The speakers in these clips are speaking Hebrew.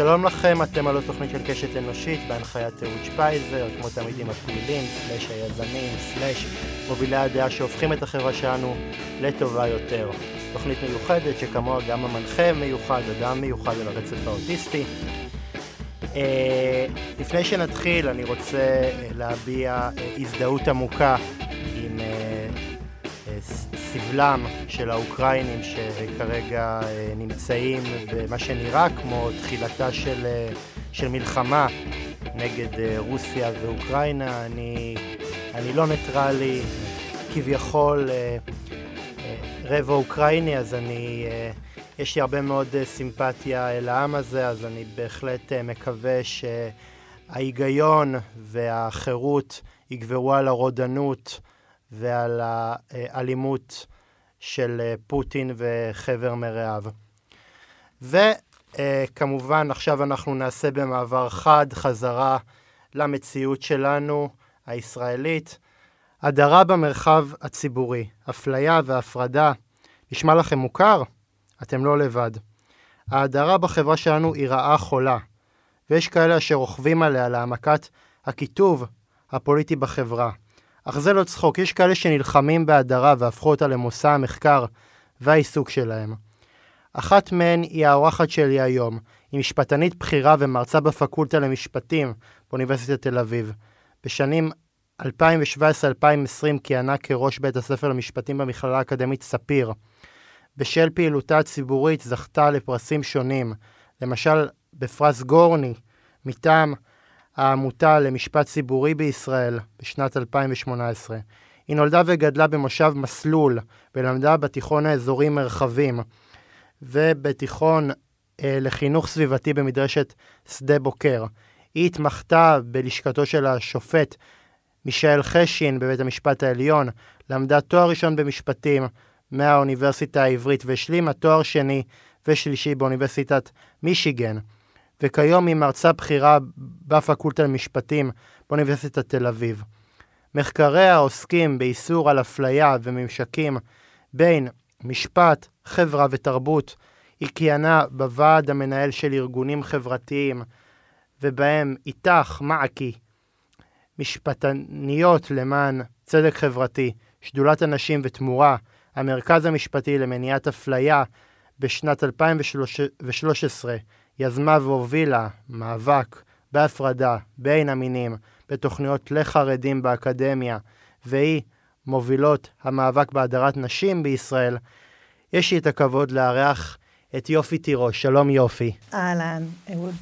שלום לכם, אתם על התוכנית של קשת אנושית בהנחיית תיעוד שפייזר, כמו תמיד עם הפעילים, סלש היזמים, סלש מובילי הדעה שהופכים את החברה שלנו לטובה יותר. תוכנית מיוחדת שכמוה גם המנחה מיוחד, אדם מיוחד על הרצף האוטיסטי. לפני שנתחיל אני רוצה להביע הזדהות עמוקה עם סבלם של האוקראינים שכרגע נמצאים במה שנראה כמו תחילתה של מלחמה נגד רוסיה ואוקראינה. אני לא ניטרלי, כביכול רבע אוקראיני, אז יש לי הרבה מאוד סימפתיה אל העם הזה, אז אני בהחלט מקווה שההיגיון והחירות יגברו על הרודנות ועל האלימות של פוטין וחבר מרעיו. וכמובן עכשיו אנחנו נעשה במעבר חד חזרה למציאות שלנו הישראלית. הדרה במרחב הציבורי, אפליה והפרדה, נשמע לכם מוכר? אתם לא לבד. ההדרה בחברה שלנו היא רעה חולה, ויש כאלה אשר רוכבים עליה להעמקת הקיטוב הפוליטי בחברה. אך זה לא צחוק, יש כאלה שנלחמים בהדרה והפכו אותה למושא המחקר והעיסוק שלהם. אחת מהן היא האורחת שלי היום, היא משפטנית בכירה ומרצה בפקולטה למשפטים באוניברסיטת תל אביב. בשנים 2017-2020 כיהנה כראש בית הספר למשפטים במכללה האקדמית ספיר. בשל פעילותה הציבורית זכתה לפרסים שונים, למשל בפרס גורני מטעם העמותה למשפט ציבורי בישראל בשנת 2018. היא נולדה וגדלה במושב מסלול, ולמדה בתיכון האזורי מרחבים, ובתיכון לחינוך סביבתי במדרשת שדה בוקר. היא התמחתה בלשכתו של השופט מישאל חשין בבית המשפט העליון, למדה תואר ראשון במשפטים מהאוניברסיטה העברית, והשלימה תואר שני ושלישי באוניברסיטת מישיגן. וכיום היא מרצה בכירה בפקולטה למשפטים באוניברסיטת תל אביב. מחקריה עוסקים באיסור על אפליה וממשקים בין משפט, חברה ותרבות. היא כיהנה בוועד המנהל של ארגונים חברתיים, ובהם איתך מעקי, משפטניות למען צדק חברתי, שדולת אנשים ותמורה, המרכז המשפטי למניעת אפליה. בשנת 2013 יזמה והובילה מאבק בהפרדה בין המינים בתוכניות לחרדים באקדמיה, והיא מובילות המאבק בהדרת נשים בישראל. יש לי את הכבוד לארח את יופי תירוש. שלום יופי. אהלן, אהוד.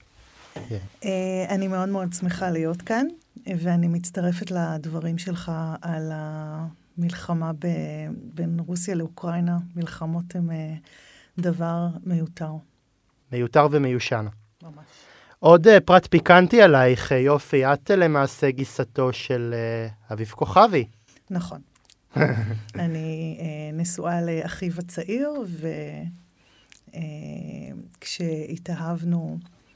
אני מאוד מאוד שמחה להיות כאן, ואני מצטרפת לדברים שלך על המלחמה בין רוסיה לאוקראינה. מלחמות הן דבר מיותר. מיותר ומיושן. ממש. עוד פרט פיקנטי עלייך, יופי, את למעשה גיסתו של אביב כוכבי. נכון. אני נשואה לאחיו הצעיר, וכשהתאהבנו,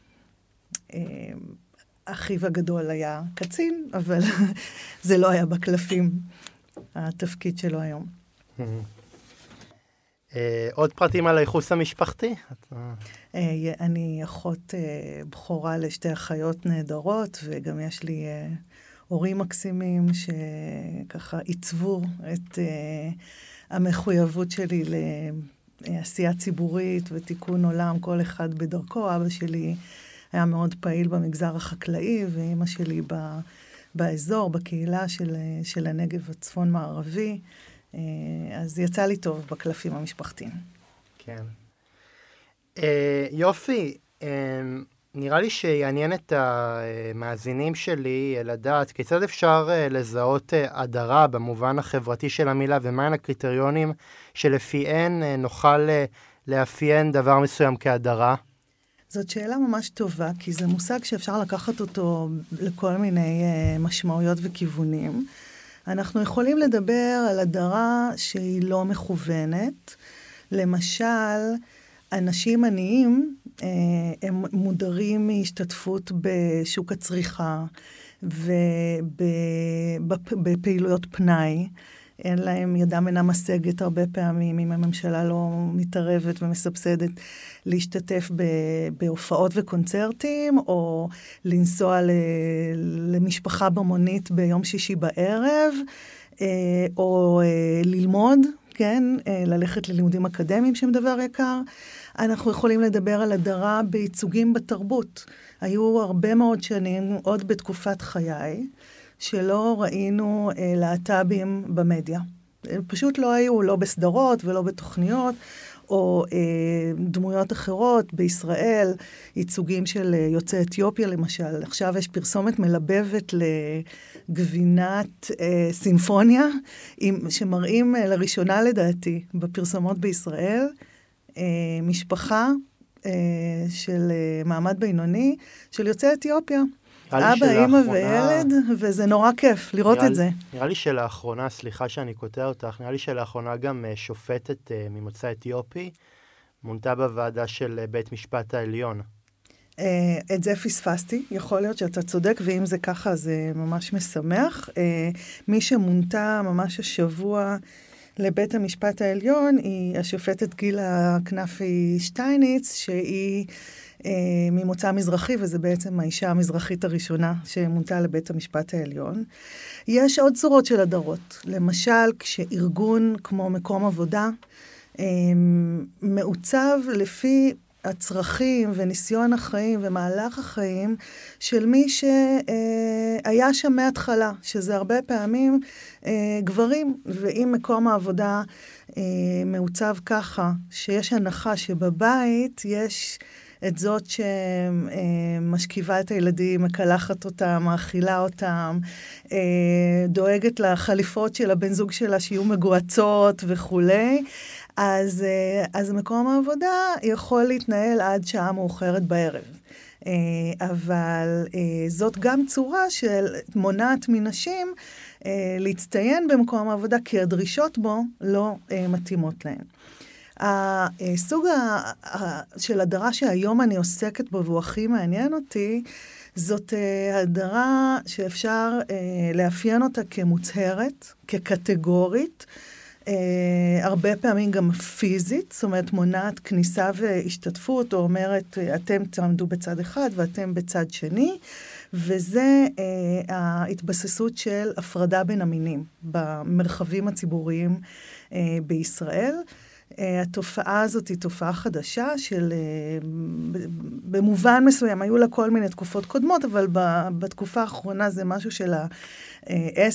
אחיו הגדול היה קצין, אבל זה לא היה בקלפים, התפקיד שלו היום. עוד פרטים על הייחוס המשפחתי? אני אחות בכורה לשתי אחיות נהדרות, וגם יש לי הורים מקסימים שככה עיצבו את המחויבות שלי לעשייה ציבורית ותיקון עולם, כל אחד בדרכו. אבא שלי היה מאוד פעיל במגזר החקלאי, ואמא שלי באזור, בקהילה של הנגב הצפון מערבי. אז יצא לי טוב בקלפים המשפחתיים. כן. יופי, נראה לי שיעניין את המאזינים שלי לדעת כיצד אפשר לזהות הדרה במובן החברתי של המילה, ומהן הקריטריונים שלפיהן נוכל לאפיין דבר מסוים כהדרה. זאת שאלה ממש טובה, כי זה מושג שאפשר לקחת אותו לכל מיני משמעויות וכיוונים. אנחנו יכולים לדבר על הדרה שהיא לא מכוונת. למשל, אנשים עניים הם מודרים מהשתתפות בשוק הצריכה ובפעילויות פנאי, אין להם, ידם אינה משגת הרבה פעמים, אם הממשלה לא מתערבת ומסבסדת, להשתתף בהופעות וקונצרטים, או לנסוע למשפחה במונית ביום שישי בערב, או ללמוד, כן, ללכת ללימודים אקדמיים שהם דבר יקר. אנחנו יכולים לדבר על הדרה בייצוגים בתרבות. היו הרבה מאוד שנים, עוד בתקופת חיי, שלא ראינו להט"בים במדיה. פשוט לא היו, לא בסדרות ולא בתוכניות, או דמויות אחרות בישראל, ייצוגים של יוצאי אתיופיה למשל. עכשיו יש פרסומת מלבבת לגבינת סימפוניה, שמראים לראשונה לדעתי בפרסומות בישראל, משפחה של מעמד בינוני, של יוצאי אתיופיה. אבא, אמא וילד, וזה נורא כיף לראות את זה. נראה לי שלאחרונה, סליחה שאני קוטע אותך, נראה לי שלאחרונה גם שופטת ממוצא אתיופי, מונתה בוועדה של בית משפט העליון. את זה פספסתי, יכול להיות שאתה צודק, ואם זה ככה זה ממש משמח. מי שמונתה ממש השבוע לבית המשפט העליון היא השופטת גילה כנפי שטייניץ, שהיא ממוצא מזרחי, וזה בעצם האישה המזרחית הראשונה שמונתה לבית המשפט העליון. יש עוד צורות של הדרות. למשל, כשארגון כמו מקום עבודה מעוצב לפי הצרכים וניסיון החיים ומהלך החיים של מי שהיה שם מההתחלה, שזה הרבה פעמים גברים, ואם מקום העבודה מעוצב ככה, שיש הנחה שבבית יש את זאת שמשכיבה את הילדים, מקלחת אותם, מאכילה אותם, דואגת לחליפות של הבן זוג שלה שיהיו מגועצות וכולי, אז מקום העבודה יכול להתנהל עד שעה מאוחרת בערב. אבל זאת גם צורה של מונעת מנשים להצטיין במקום העבודה, כי הדרישות בו לא מתאימות להן. הסוג של הדרה שהיום אני עוסקת בו והוא הכי מעניין אותי, זאת הדרה שאפשר לאפיין אותה כמוצהרת, כקטגורית, הרבה פעמים גם פיזית, זאת אומרת מונעת כניסה והשתתפות, או אומרת אתם תעמדו בצד אחד ואתם בצד שני, וזה ההתבססות של הפרדה בין המינים במרחבים הציבוריים בישראל. התופעה הזאת היא תופעה חדשה של, במובן מסוים, היו לה כל מיני תקופות קודמות, אבל בתקופה האחרונה זה משהו של 10-12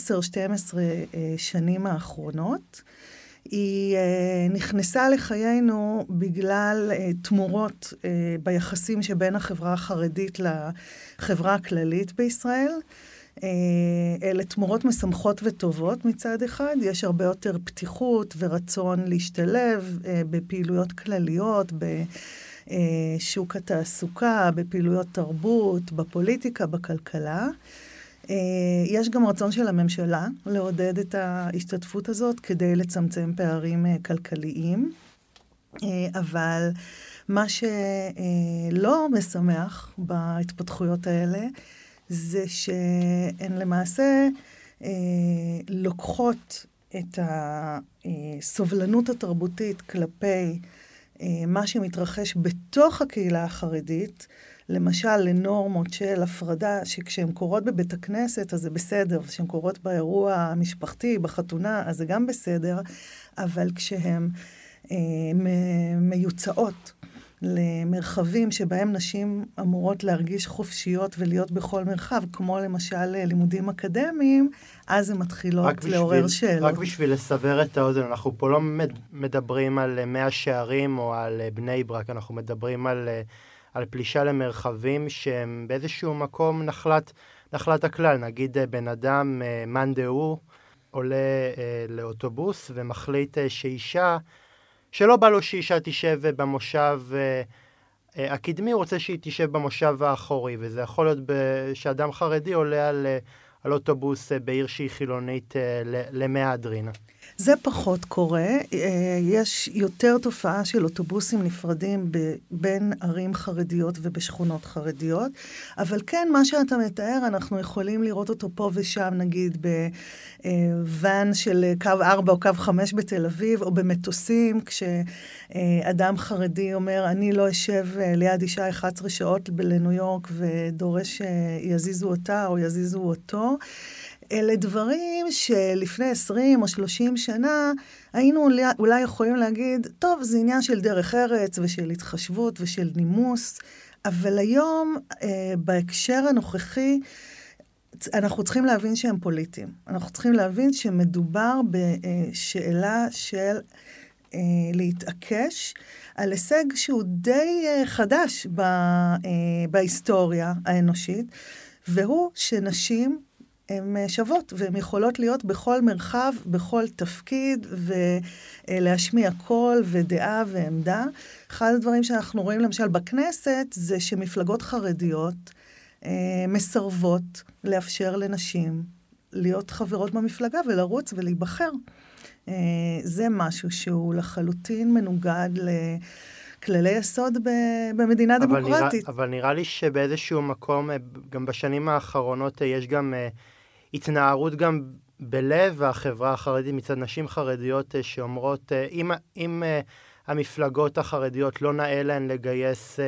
שנים האחרונות. היא נכנסה לחיינו בגלל תמורות ביחסים שבין החברה החרדית לחברה הכללית בישראל. אלה תמורות משמחות וטובות מצד אחד, יש הרבה יותר פתיחות ורצון להשתלב בפעילויות כלליות, בשוק התעסוקה, בפעילויות תרבות, בפוליטיקה, בכלכלה. יש גם רצון של הממשלה לעודד את ההשתתפות הזאת כדי לצמצם פערים כלכליים, אבל מה שלא משמח בהתפתחויות האלה, זה שהן למעשה לוקחות את הסובלנות התרבותית כלפי מה שמתרחש בתוך הקהילה החרדית, למשל לנורמות של הפרדה, שכשהן קורות בבית הכנסת, אז זה בסדר, וכשהן קורות באירוע המשפחתי, בחתונה, אז זה גם בסדר, אבל כשהן מיוצאות למרחבים שבהם נשים אמורות להרגיש חופשיות ולהיות בכל מרחב, כמו למשל לימודים אקדמיים, אז הן מתחילות לעורר שאלות. רק בשביל לסבר את האוזן, אנחנו פה לא מדברים על 100 שערים או על בני ברק, אנחנו מדברים על פלישה למרחבים שהם באיזשהו מקום נחלת הכלל. נגיד בן אדם, מאן דהוא, עולה לאוטובוס ומחליט שאישה, שלא בא לו שאישה תשב במושב הקדמי, הוא רוצה שהיא תשב במושב האחורי, וזה יכול להיות שאדם חרדי עולה על אוטובוס בעיר שהיא חילונית למהדרין. זה פחות קורה. יש יותר תופעה של אוטובוסים נפרדים בין ערים חרדיות ובשכונות חרדיות, אבל כן, מה שאתה מתאר, אנחנו יכולים לראות אותו פה ושם, נגיד בוואן של קו 4 או קו 5 בתל אביב, או במטוסים, כשאדם חרדי אומר, אני לא אשב ליד אישה 11 שעות לניו יורק, ודורש שיזיזו אותה או יזיזו אותו. אלה דברים שלפני 20 או 30 שנה היינו אולי יכולים להגיד, טוב, זה עניין של דרך ארץ ושל התחשבות ושל נימוס, אבל היום בהקשר הנוכחי אנחנו צריכים להבין שהם פוליטיים. אנחנו צריכים להבין שמדובר בשאלה של להתעקש על הישג שהוא די חדש בהיסטוריה האנושית, והוא שנשים הן שוות, והן יכולות להיות בכל מרחב, בכל תפקיד, ולהשמיע קול ודעה ועמדה. אחד הדברים שאנחנו רואים למשל בכנסת, זה שמפלגות חרדיות מסרבות לאפשר לנשים להיות חברות במפלגה ולרוץ ולהיבחר. זה משהו שהוא לחלוטין מנוגד לכללי יסוד במדינה דמוקרטית. אבל נראה לי שבאיזשהו מקום, גם בשנים האחרונות, יש גם התנערות גם בלב החברה החרדית מצד נשים חרדיות שאומרות, אם המפלגות החרדיות לא נאה להן לגייס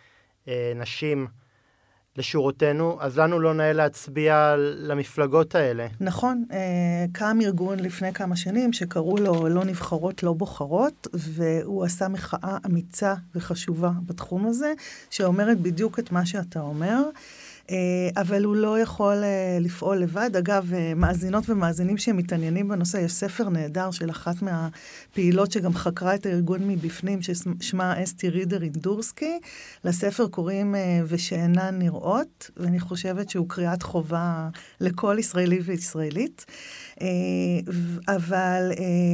נשים לשורותינו, אז לנו לא נאה להצביע למפלגות האלה. נכון, קם ארגון לפני כמה שנים שקראו לו לא נבחרות, לא בוחרות, והוא עשה מחאה אמיצה וחשובה בתחום הזה, שאומרת בדיוק את מה שאתה אומר, אבל הוא לא יכול לפעול לבד. אגב, מאזינות ומאזינים שמתעניינים בנושא, יש ספר נהדר של אחת מהפעילות שגם חקרה את הארגון מבפנים, ששמה אסתי רידר אינדורסקי. לספר קוראים ושאינן נראות, ואני חושבת שהוא קריאת חובה לכל ישראלי וישראלית. אבל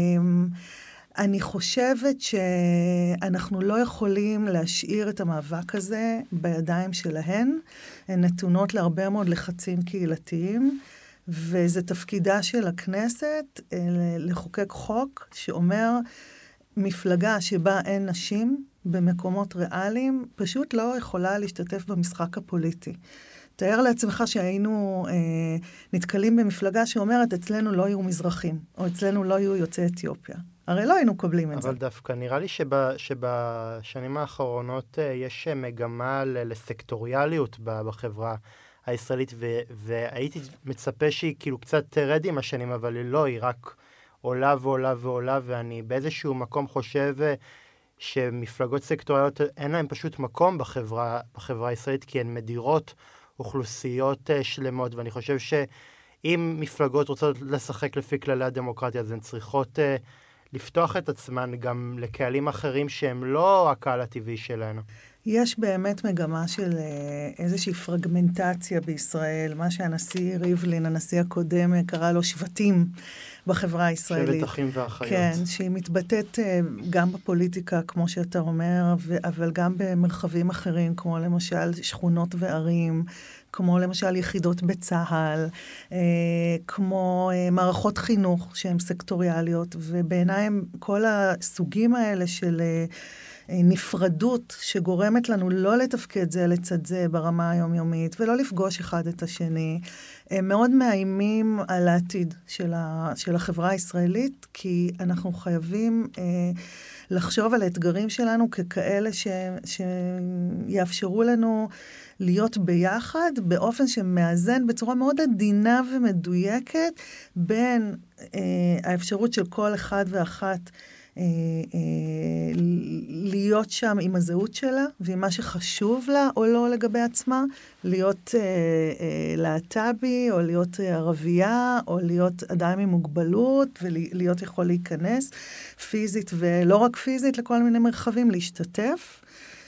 אני חושבת שאנחנו לא יכולים להשאיר את המאבק הזה בידיים שלהן. הן נתונות להרבה מאוד לחצים קהילתיים, וזה תפקידה של הכנסת לחוקק חוק שאומר מפלגה שבה אין נשים במקומות ריאליים, פשוט לא יכולה להשתתף במשחק הפוליטי. תאר לעצמך שהיינו נתקלים במפלגה שאומרת, אצלנו לא יהיו מזרחים, או אצלנו לא יהיו יוצאי אתיופיה. הרי לא היינו קבלים את זה. אבל דווקא נראה לי שבשנים האחרונות יש מגמה לסקטוריאליות בחברה הישראלית, והייתי מצפה שהיא כאילו קצת תרד עם השנים, אבל לא, היא רק עולה ועולה ועולה, ואני באיזשהו מקום חושב שמפלגות סקטוריאליות אין להן פשוט מקום בחברה הישראלית, כי הן מדירות אוכלוסיות שלמות, ואני חושב שאם מפלגות רוצות לשחק לפי כללי הדמוקרטיה, אז הן צריכות לפתוח את עצמן גם לקהלים אחרים שהם לא הקהל הטבעי שלנו. יש באמת מגמה של איזושהי פרגמנטציה בישראל, מה שהנשיא ריבלין, הנשיא הקודם, קרא לו שבטים בחברה הישראלית. שבט אחים ואחיות. כן, שהיא מתבטאת גם בפוליטיקה, כמו שאתה אומר, אבל גם במרחבים אחרים, כמו למשל שכונות וערים, כמו למשל יחידות בצהל, כמו מערכות חינוך שהן סקטוריאליות, ובעיניי כל הסוגים האלה של נפרדות שגורמת לנו לא לתפקד זה לצד זה ברמה היומיומית, ולא לפגוש אחד את השני, הם מאוד מאיימים על העתיד של החברה הישראלית, כי אנחנו חייבים לחשוב על האתגרים שלנו ככאלה שיאפשרו לנו להיות ביחד, באופן שמאזן בצורה מאוד עדינה ומדויקת, בין האפשרות של כל אחד ואחת להיות שם עם הזהות שלה, ועם מה שחשוב לה או לא לגבי עצמה, להיות להט"בי, או להיות ערבייה, או להיות אדם עם מוגבלות, ולהיות יכול להיכנס פיזית, ולא רק פיזית, לכל מיני מרחבים, להשתתף,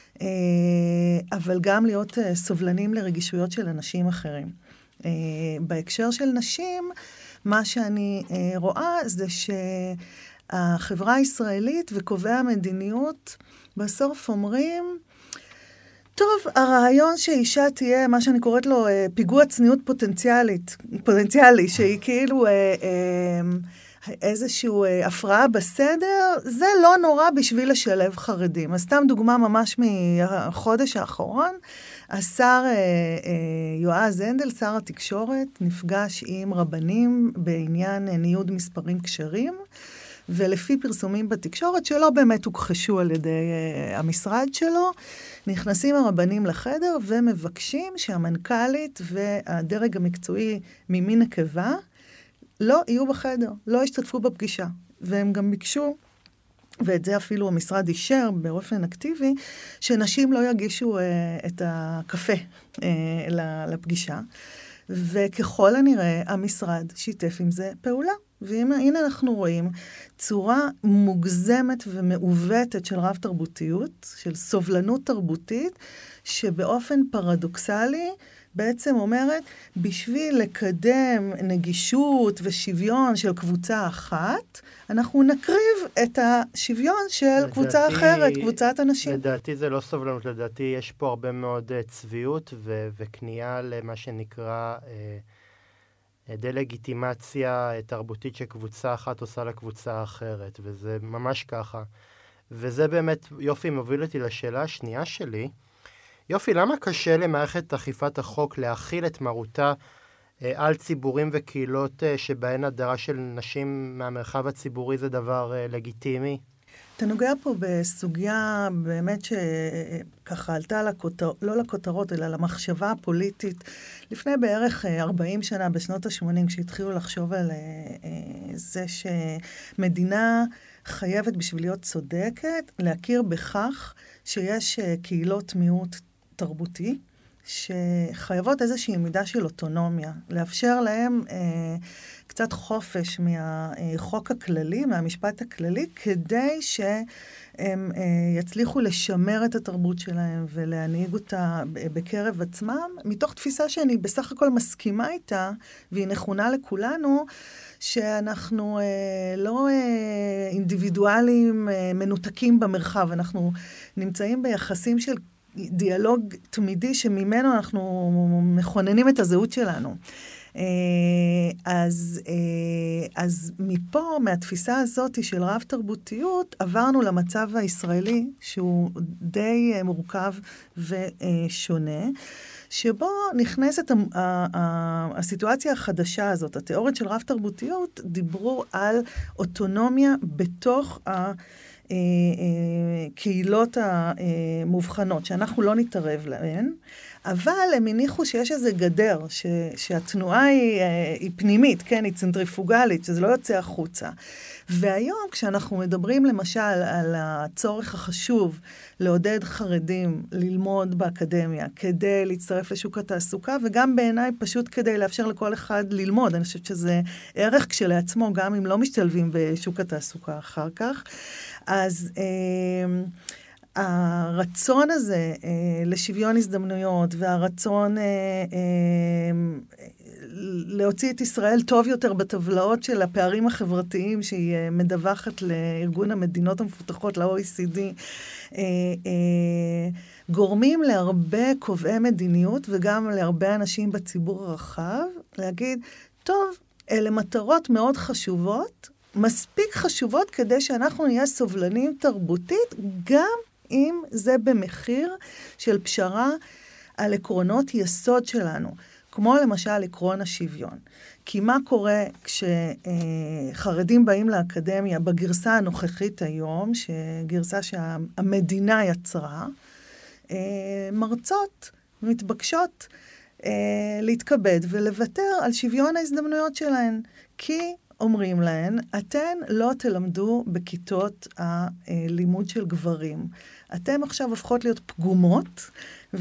אבל גם להיות סובלנים לרגישויות של אנשים אחרים. בהקשר של נשים, מה שאני רואה זה החברה הישראלית וקובעי המדיניות בסוף אומרים, טוב, הרעיון שאישה תהיה, מה שאני קוראת לו, פיגוע צניעות פוטנציאלי, שהיא כאילו איזושהי הפרעה בסדר, זה לא נורא בשביל לשלב חרדים. אז סתם דוגמה ממש מהחודש האחרון, השר יועז הנדל, שר התקשורת, נפגש עם רבנים בעניין ניוד מספרים כשרים, ולפי פרסומים בתקשורת שלא באמת הוכחשו על ידי המשרד שלו, נכנסים הרבנים לחדר ומבקשים שהמנכ"לית והדרג המקצועי ממין נקבה לא יהיו בחדר, לא ישתתפו בפגישה. והם גם ביקשו, ואת זה אפילו המשרד אישר באופן אקטיבי, שנשים לא יגישו את הקפה לפגישה. וככל הנראה המשרד שיתף עם זה פעולה. והנה אנחנו רואים צורה מוגזמת ומעוותת של רב תרבותיות, של סובלנות תרבותית, שבאופן פרדוקסלי בעצם אומרת, בשביל לקדם נגישות ושוויון של קבוצה אחת, אנחנו נקריב את השוויון של קבוצה אחרת, קבוצת אנשים. לדעתי זה לא סובלנות, לדעתי יש פה הרבה מאוד צביעות וכניעה למה שנקרא דה-לגיטימציה תרבותית שקבוצה אחת עושה לקבוצה אחרת, וזה ממש ככה. וזה באמת, יופי, מוביל אותי לשאלה השנייה שלי. יופי, למה קשה למערכת אכיפת החוק להכיל את מרותה על ציבורים וקהילות שבהן הדרה של נשים מהמרחב הציבורי זה דבר לגיטימי? אתה נוגע פה בסוגיה באמת שככה עלתה לא לכותרות, אלא למחשבה הפוליטית. לפני בערך 40 שנה, בשנות ה-80, כשהתחילו לחשוב על זה שמדינה חייבת בשביל להיות צודקת, להכיר בכך שיש קהילות מיעוט תרבותי, שחייבות איזושהי מידה של אוטונומיה, לאפשר להם קצת חופש מהחוק הכללי, מהמשפט הכללי, כדי שהם יצליחו לשמר את התרבות שלהם ולהנהיג אותה בקרב עצמם, מתוך תפיסה שאני בסך הכל מסכימה איתה, והיא נכונה לכולנו, שאנחנו לא אינדיבידואלים מנותקים במרחב, אנחנו נמצאים ביחסים של דיאלוג תמידי שממנו אנחנו מכוננים את הזהות שלנו. אז מפה, מהתפיסה הזאת של רב תרבותיות, עברנו למצב הישראלי, שהוא די מורכב ושונה, שבו נכנסת הסיטואציה החדשה הזאת. התיאוריות של רב תרבותיות דיברו על אוטונומיה בתוך קהילות המובחנות, שאנחנו לא נתערב להן, אבל הם הניחו שיש איזה גדר, שהתנועה היא פנימית, כן, היא צנטריפוגלית, שזה לא יוצא החוצה. והיום, כשאנחנו מדברים למשל על הצורך החשוב לעודד חרדים ללמוד באקדמיה, כדי להצטרף לשוק התעסוקה, וגם בעיניי פשוט כדי לאפשר לכל אחד ללמוד, אני חושבת שזה ערך כשלעצמו, גם אם לא משתלבים בשוק התעסוקה אחר כך, אז הרצון הזה לשוויון הזדמנויות, והרצון להוציא את ישראל טוב יותר בטבלאות של הפערים החברתיים שהיא מדווחת לארגון המדינות המפותחות, ל-OECD, גורמים להרבה קובעי מדיניות וגם להרבה אנשים בציבור הרחב להגיד, טוב, אלה מטרות מאוד חשובות, מספיק חשובות כדי שאנחנו נהיה סובלנים תרבותית, גם אם זה במחיר של פשרה על עקרונות יסוד שלנו, כמו למשל עקרון השוויון. כי מה קורה כשחרדים באים לאקדמיה בגרסה הנוכחית היום, שגרסה שהמדינה יצרה, מרצות מתבקשות להתכבד ולוותר על שוויון ההזדמנויות שלהן, כי אומרים להן, אתן לא תלמדו בכיתות הלימוד של גברים. אתן עכשיו הופכות להיות פגומות,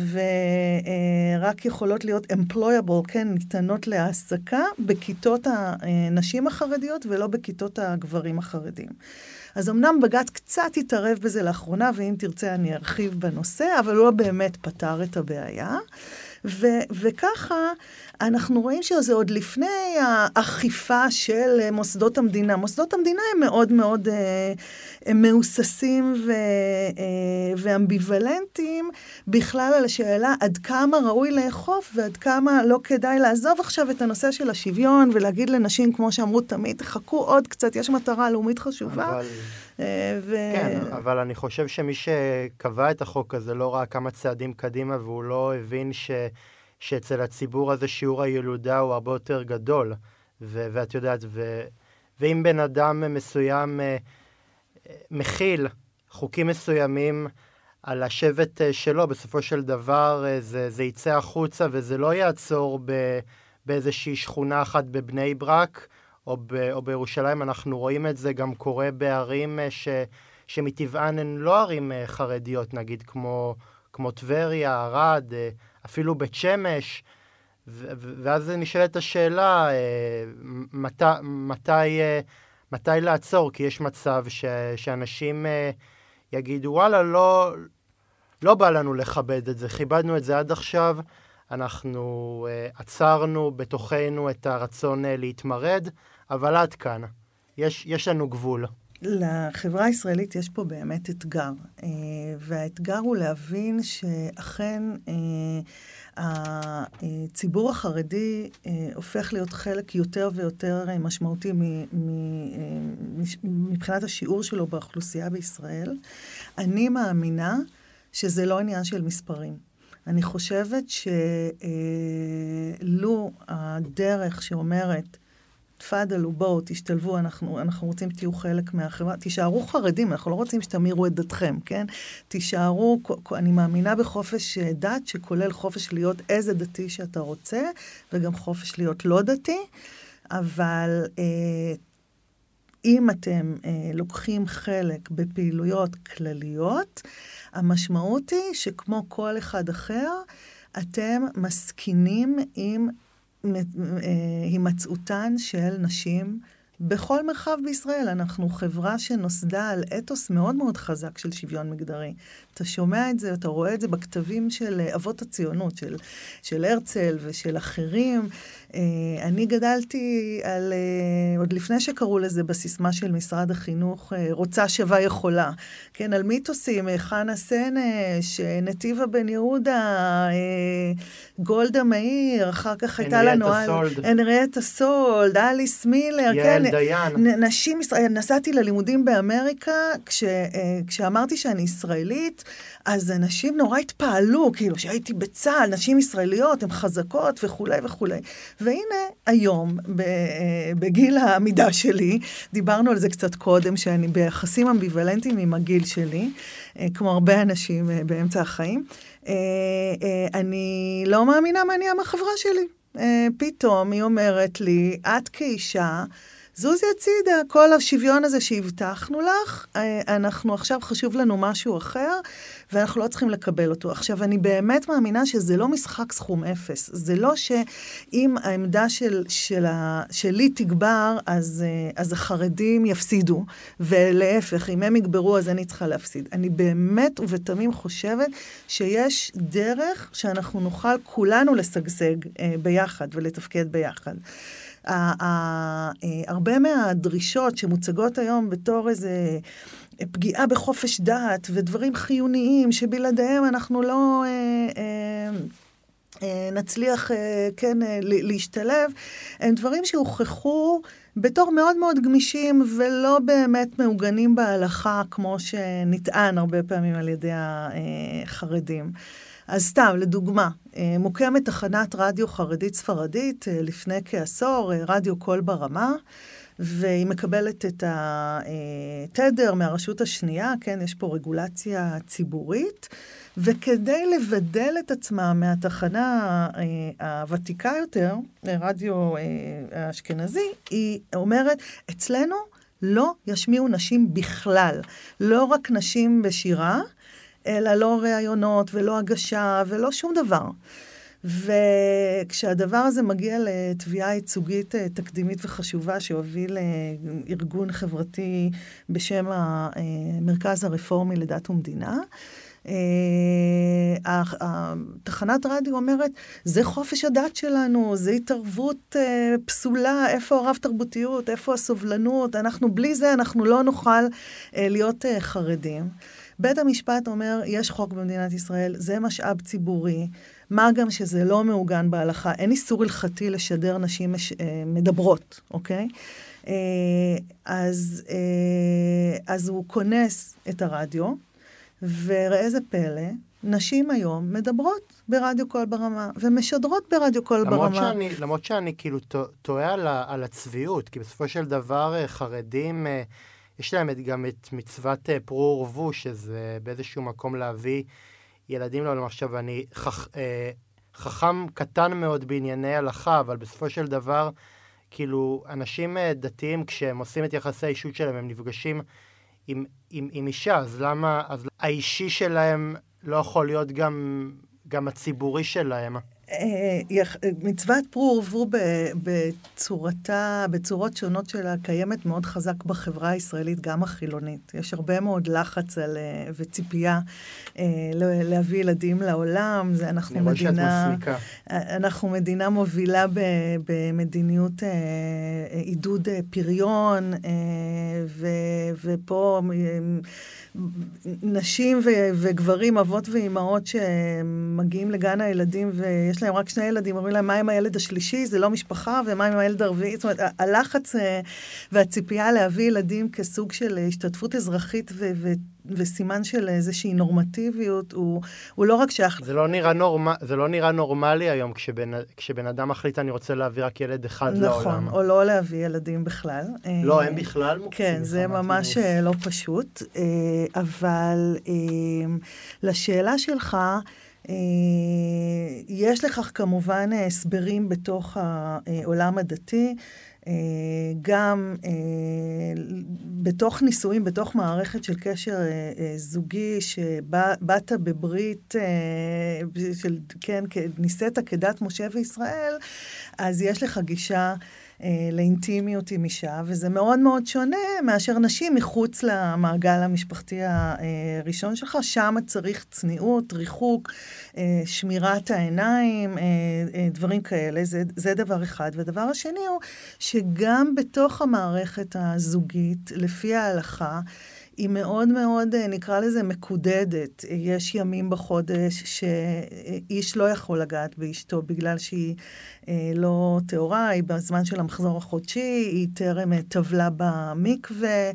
ורק יכולות להיות employable, כן, ניתנות להעסקה בכיתות הנשים החרדיות, ולא בכיתות הגברים החרדים. אז אמנם בג"ץ קצת התערב בזה לאחרונה, ואם תרצה אני ארחיב בנושא, אבל הוא לא באמת פתר את הבעיה. וככה אנחנו רואים שזה עוד לפני האכיפה של מוסדות המדינה. מוסדות המדינה הם מאוד מאוד מאוססים ואמביוולנטיים בכלל על השאלה עד כמה ראוי לאכוף ועד כמה לא כדאי לעזוב עכשיו את הנושא של השוויון ולהגיד לנשים, כמו שאמרו תמיד, חכו עוד קצת, יש מטרה לאומית חשובה. כן, אבל אני חושב שמי שקבע את החוק הזה לא ראה כמה צעדים קדימה, והוא לא הבין שאצל הציבור הזה שיעור הילודה הוא הרבה יותר גדול. ואת יודעת, ואם בן אדם מסוים מכיל חוקים מסוימים על השבט שלו, בסופו של דבר זה יצא החוצה, וזה לא יעצור באיזושהי שכונה אחת בבני ברק, או בירושלים. אנחנו רואים את זה גם קורה בערים שמטבען הן לא ערים חרדיות, נגיד כמו טבריה, ערד, אפילו בית שמש, ואז נשאלת השאלה, מתי לעצור? כי יש מצב שאנשים יגידו, וואלה, לא בא לנו לכבד את זה, כיבדנו את זה עד עכשיו, אנחנו עצרנו בתוכנו את הרצון להתמרד, אבל עד כאן, יש לנו גבול. לחברה הישראלית יש פה באמת אתגר, והאתגר הוא להבין שאכן הציבור החרדי הופך להיות חלק יותר ויותר משמעותי מבחינת השיעור שלו באוכלוסייה בישראל. אני מאמינה שזה לא עניין של מספרים. אני חושבת שלו הדרך שאומרת, תפדלו, בואו, תשתלבו, אנחנו רוצים שתהיו חלק מהחברה, תישארו חרדים, אנחנו לא רוצים שתמירו את דתכם, כן? תישארו, אני מאמינה בחופש דת, שכולל חופש להיות איזה דתי שאתה רוצה, וגם חופש להיות לא דתי, אבל אם אתם לוקחים חלק בפעילויות כלליות, המשמעות היא שכמו כל אחד אחר, אתם מסכינים עם הימצאותן של נשים בכל מרחב בישראל. אנחנו חברה שנוסדה על אתוס מאוד מאוד חזק של שוויון מגדרי. אתה שומע את זה, אתה רואה את זה בכתבים של אבות הציונות, של הרצל ושל אחרים. אני גדלתי על, עוד לפני שקראו לזה בסיסמה של משרד החינוך, רוצה שווה יכולה. כן, על מיתוסים, חנה סנש, נתיבה בן יהודה, גולדה מאיר, אחר כך הייתה לנו הנריאטה סולד, אליס מילר, כן, נשים, נסעתי ללימודים באמריקה, כשאמרתי שאני ישראלית, אז אנשים נורא התפעלו, כאילו שהייתי בצה"ל, נשים ישראליות, הן חזקות וכו' וכו'. והנה היום, בגיל העמידה שלי, דיברנו על זה קצת קודם, שאני ביחסים אמביוולנטיים עם הגיל שלי, כמו הרבה אנשים באמצע החיים, אני לא מאמינה מה נהיה מהחברה שלי. פתאום היא אומרת לי, את כאישה, זוזי הצידה, כל השוויון הזה שהבטחנו לך, אנחנו עכשיו חשוב לנו משהו אחר, ואנחנו לא צריכים לקבל אותו. עכשיו, אני באמת מאמינה שזה לא משחק סכום אפס. זה לא שאם העמדה שלי תגבר, אז החרדים יפסידו, ולהפך, אם הם יגברו, אז אני צריכה להפסיד. אני באמת ובתמים חושבת שיש דרך שאנחנו נוכל כולנו לשגשג ביחד ולתפקד ביחד. הרבה מהדרישות שמוצגות היום בתור איזה פגיעה בחופש דת ודברים חיוניים שבלעדיהם אנחנו לא נצליח כן להשתלב, הם דברים שהוכחו בתור מאוד מאוד גמישים ולא באמת מעוגנים בהלכה כמו שנטען הרבה פעמים על ידי החרדים. אז סתם, לדוגמה, מוקמת תחנת רדיו חרדית ספרדית לפני כעשור, רדיו קול ברמה, והיא מקבלת את התדר מהרשות השנייה, כן, יש פה רגולציה ציבורית, וכדי לבדל את עצמה מהתחנה הוותיקה יותר, רדיו האשכנזי, היא אומרת, אצלנו לא ישמיעו נשים בכלל, לא רק נשים בשירה, אלא לא ראיונות ולא הגשה ולא שום דבר. וכשהדבר הזה מגיע לתביעה ייצוגית תקדימית וחשובה שהוביל ארגון חברתי בשם המרכז הרפורמי לדת ומדינה, תחנת רדיו אומרת, זה חופש הדת שלנו, זה התערבות פסולה, איפה הרב תרבותיות, איפה הסובלנות, בלי זה אנחנו לא נוכל להיות חרדים. בית המשפט אומר, יש חוק במדינת ישראל, זה משאב ציבורי, מה גם שזה לא מעוגן בהלכה, אין איסור הלכתי לשדר נשים מדברות, אוקיי? אז הוא כונס את הרדיו, וראה זה פלא, נשים היום מדברות ברדיו קול ברמה, ומשדרות ברדיו קול ברמה. למרות שאני כאילו טועה על הצביעות, כי בסופו של דבר חרדים, יש להם גם את מצוות פרו ורבו, שזה באיזשהו מקום להביא ילדים לעולם. עכשיו, אני חכם קטן מאוד בענייני הלכה, אבל בסופו של דבר, כאילו, אנשים דתיים, כשהם עושים את יחסי האישות שלהם, הם נפגשים עם אישה, אז למה, האישי שלהם לא יכול להיות גם הציבורי שלהם? מצוות פרו ורבו בצורות שונות שלה קיימת מאוד חזק בחברה הישראלית, גם החילונית. יש הרבה מאוד לחץ וציפייה להביא ילדים לעולם. אנחנו מדינה מובילה במדיניות עידוד פריון, ופה נשים וגברים, אבות ואימהות שמגיעים לגן הילדים ויש להם רק 2 ילדים, אומרים להם, מה עם הילד השלישי? זה לא משפחה, ומה עם הילד הרביעי? זאת אומרת, הלחץ והציפייה להביא ילדים כסוג של השתתפות אזרחית וסימן של איזושהי נורמטיביות, הוא לא רק שייך. זה לא נראה נורמלי היום, כשבן אדם מחליט, אני רוצה להביא רק ילד אחד לעולם. נכון, או לא להביא ילדים בכלל. לא, הם בכלל מוקצים. כן, זה ממש לא פשוט. אבל לשאלה שלך, יש לכך כמובן הסברים בתוך העולם הדתי, גם בתוך נישואים, בתוך מערכת של קשר זוגי, שבאת בברית, כן, ניסית כדת משה וישראל, אז יש לך גישה לאינטימיות עם אישה, וזה מאוד מאוד שונה מאשר נשים מחוץ למעגל המשפחתי הראשון שלך. שם צריך צניעות, ריחוק, שמירת העיניים, דברים כאלה. זה דבר אחד. והדבר השני הוא שגם בתוך המערכת הזוגית, לפי ההלכה, היא מאוד מאוד, נקרא לזה, מקודדת. יש ימים בחודש שאיש לא יכול לגעת באשתו בגלל שהיא לא טהורה, היא בזמן של המחזור החודשי, היא טרם טבלה במקווה,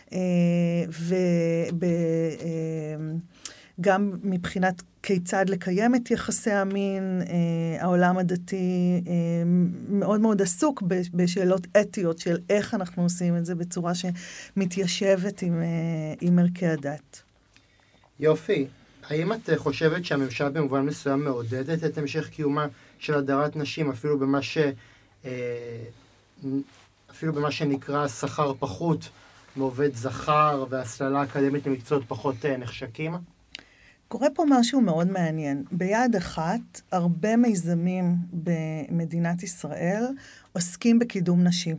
וגם מבחינת כיצד לקיים את יחסי המין, העולם הדתי מאוד מאוד עסוק בשאלות אתיות של איך אנחנו עושים את זה בצורה שמתיישבת עם ערכי הדת. יופי. האם את חושבת שהממשלה במובן מסוים מעודדת את המשך קיומה של הדרת נשים, אפילו במה שנקרא שכר פחות מעובד זכר והסללה אקדמית למקצועות פחות נחשקים? קורה פה משהו מאוד מעניין. ביד אחת, הרבה מיזמים במדינת ישראל עוסקים בקידום נשים.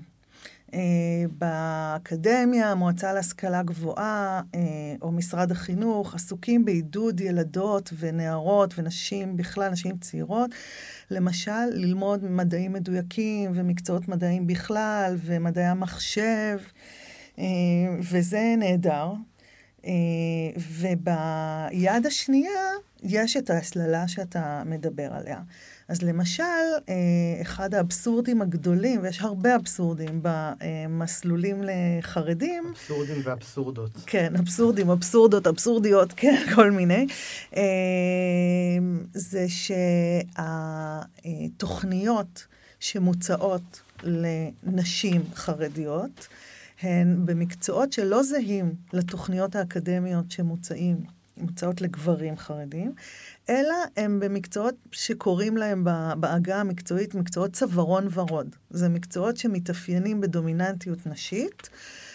באקדמיה, המועצה להשכלה גבוהה, או משרד החינוך, עסוקים בעידוד ילדות ונערות ונשים בכלל, נשים צעירות, למשל, ללמוד מדעים מדויקים ומקצועות מדעים בכלל, ומדעי המחשב, וזה נהדר. וביד השנייה יש את ההסללה שאתה מדבר עליה. אז למשל, אחד האבסורדים הגדולים, ויש הרבה אבסורדים במסלולים לחרדים. אבסורדים ואבסורדות. כן, אבסורדים, אבסורדות, אבסורדיות, כן, כל מיני. זה שהתוכניות שמוצעות לנשים חרדיות, הן במקצועות שלא זהים לתוכניות האקדמיות שמוצעות לגברים חרדים, אלא הם במקצועות שקוראים להם בעגה המקצועית מקצועות צווארון ורוד. זה מקצועות שמתאפיינים בדומיננטיות נשית,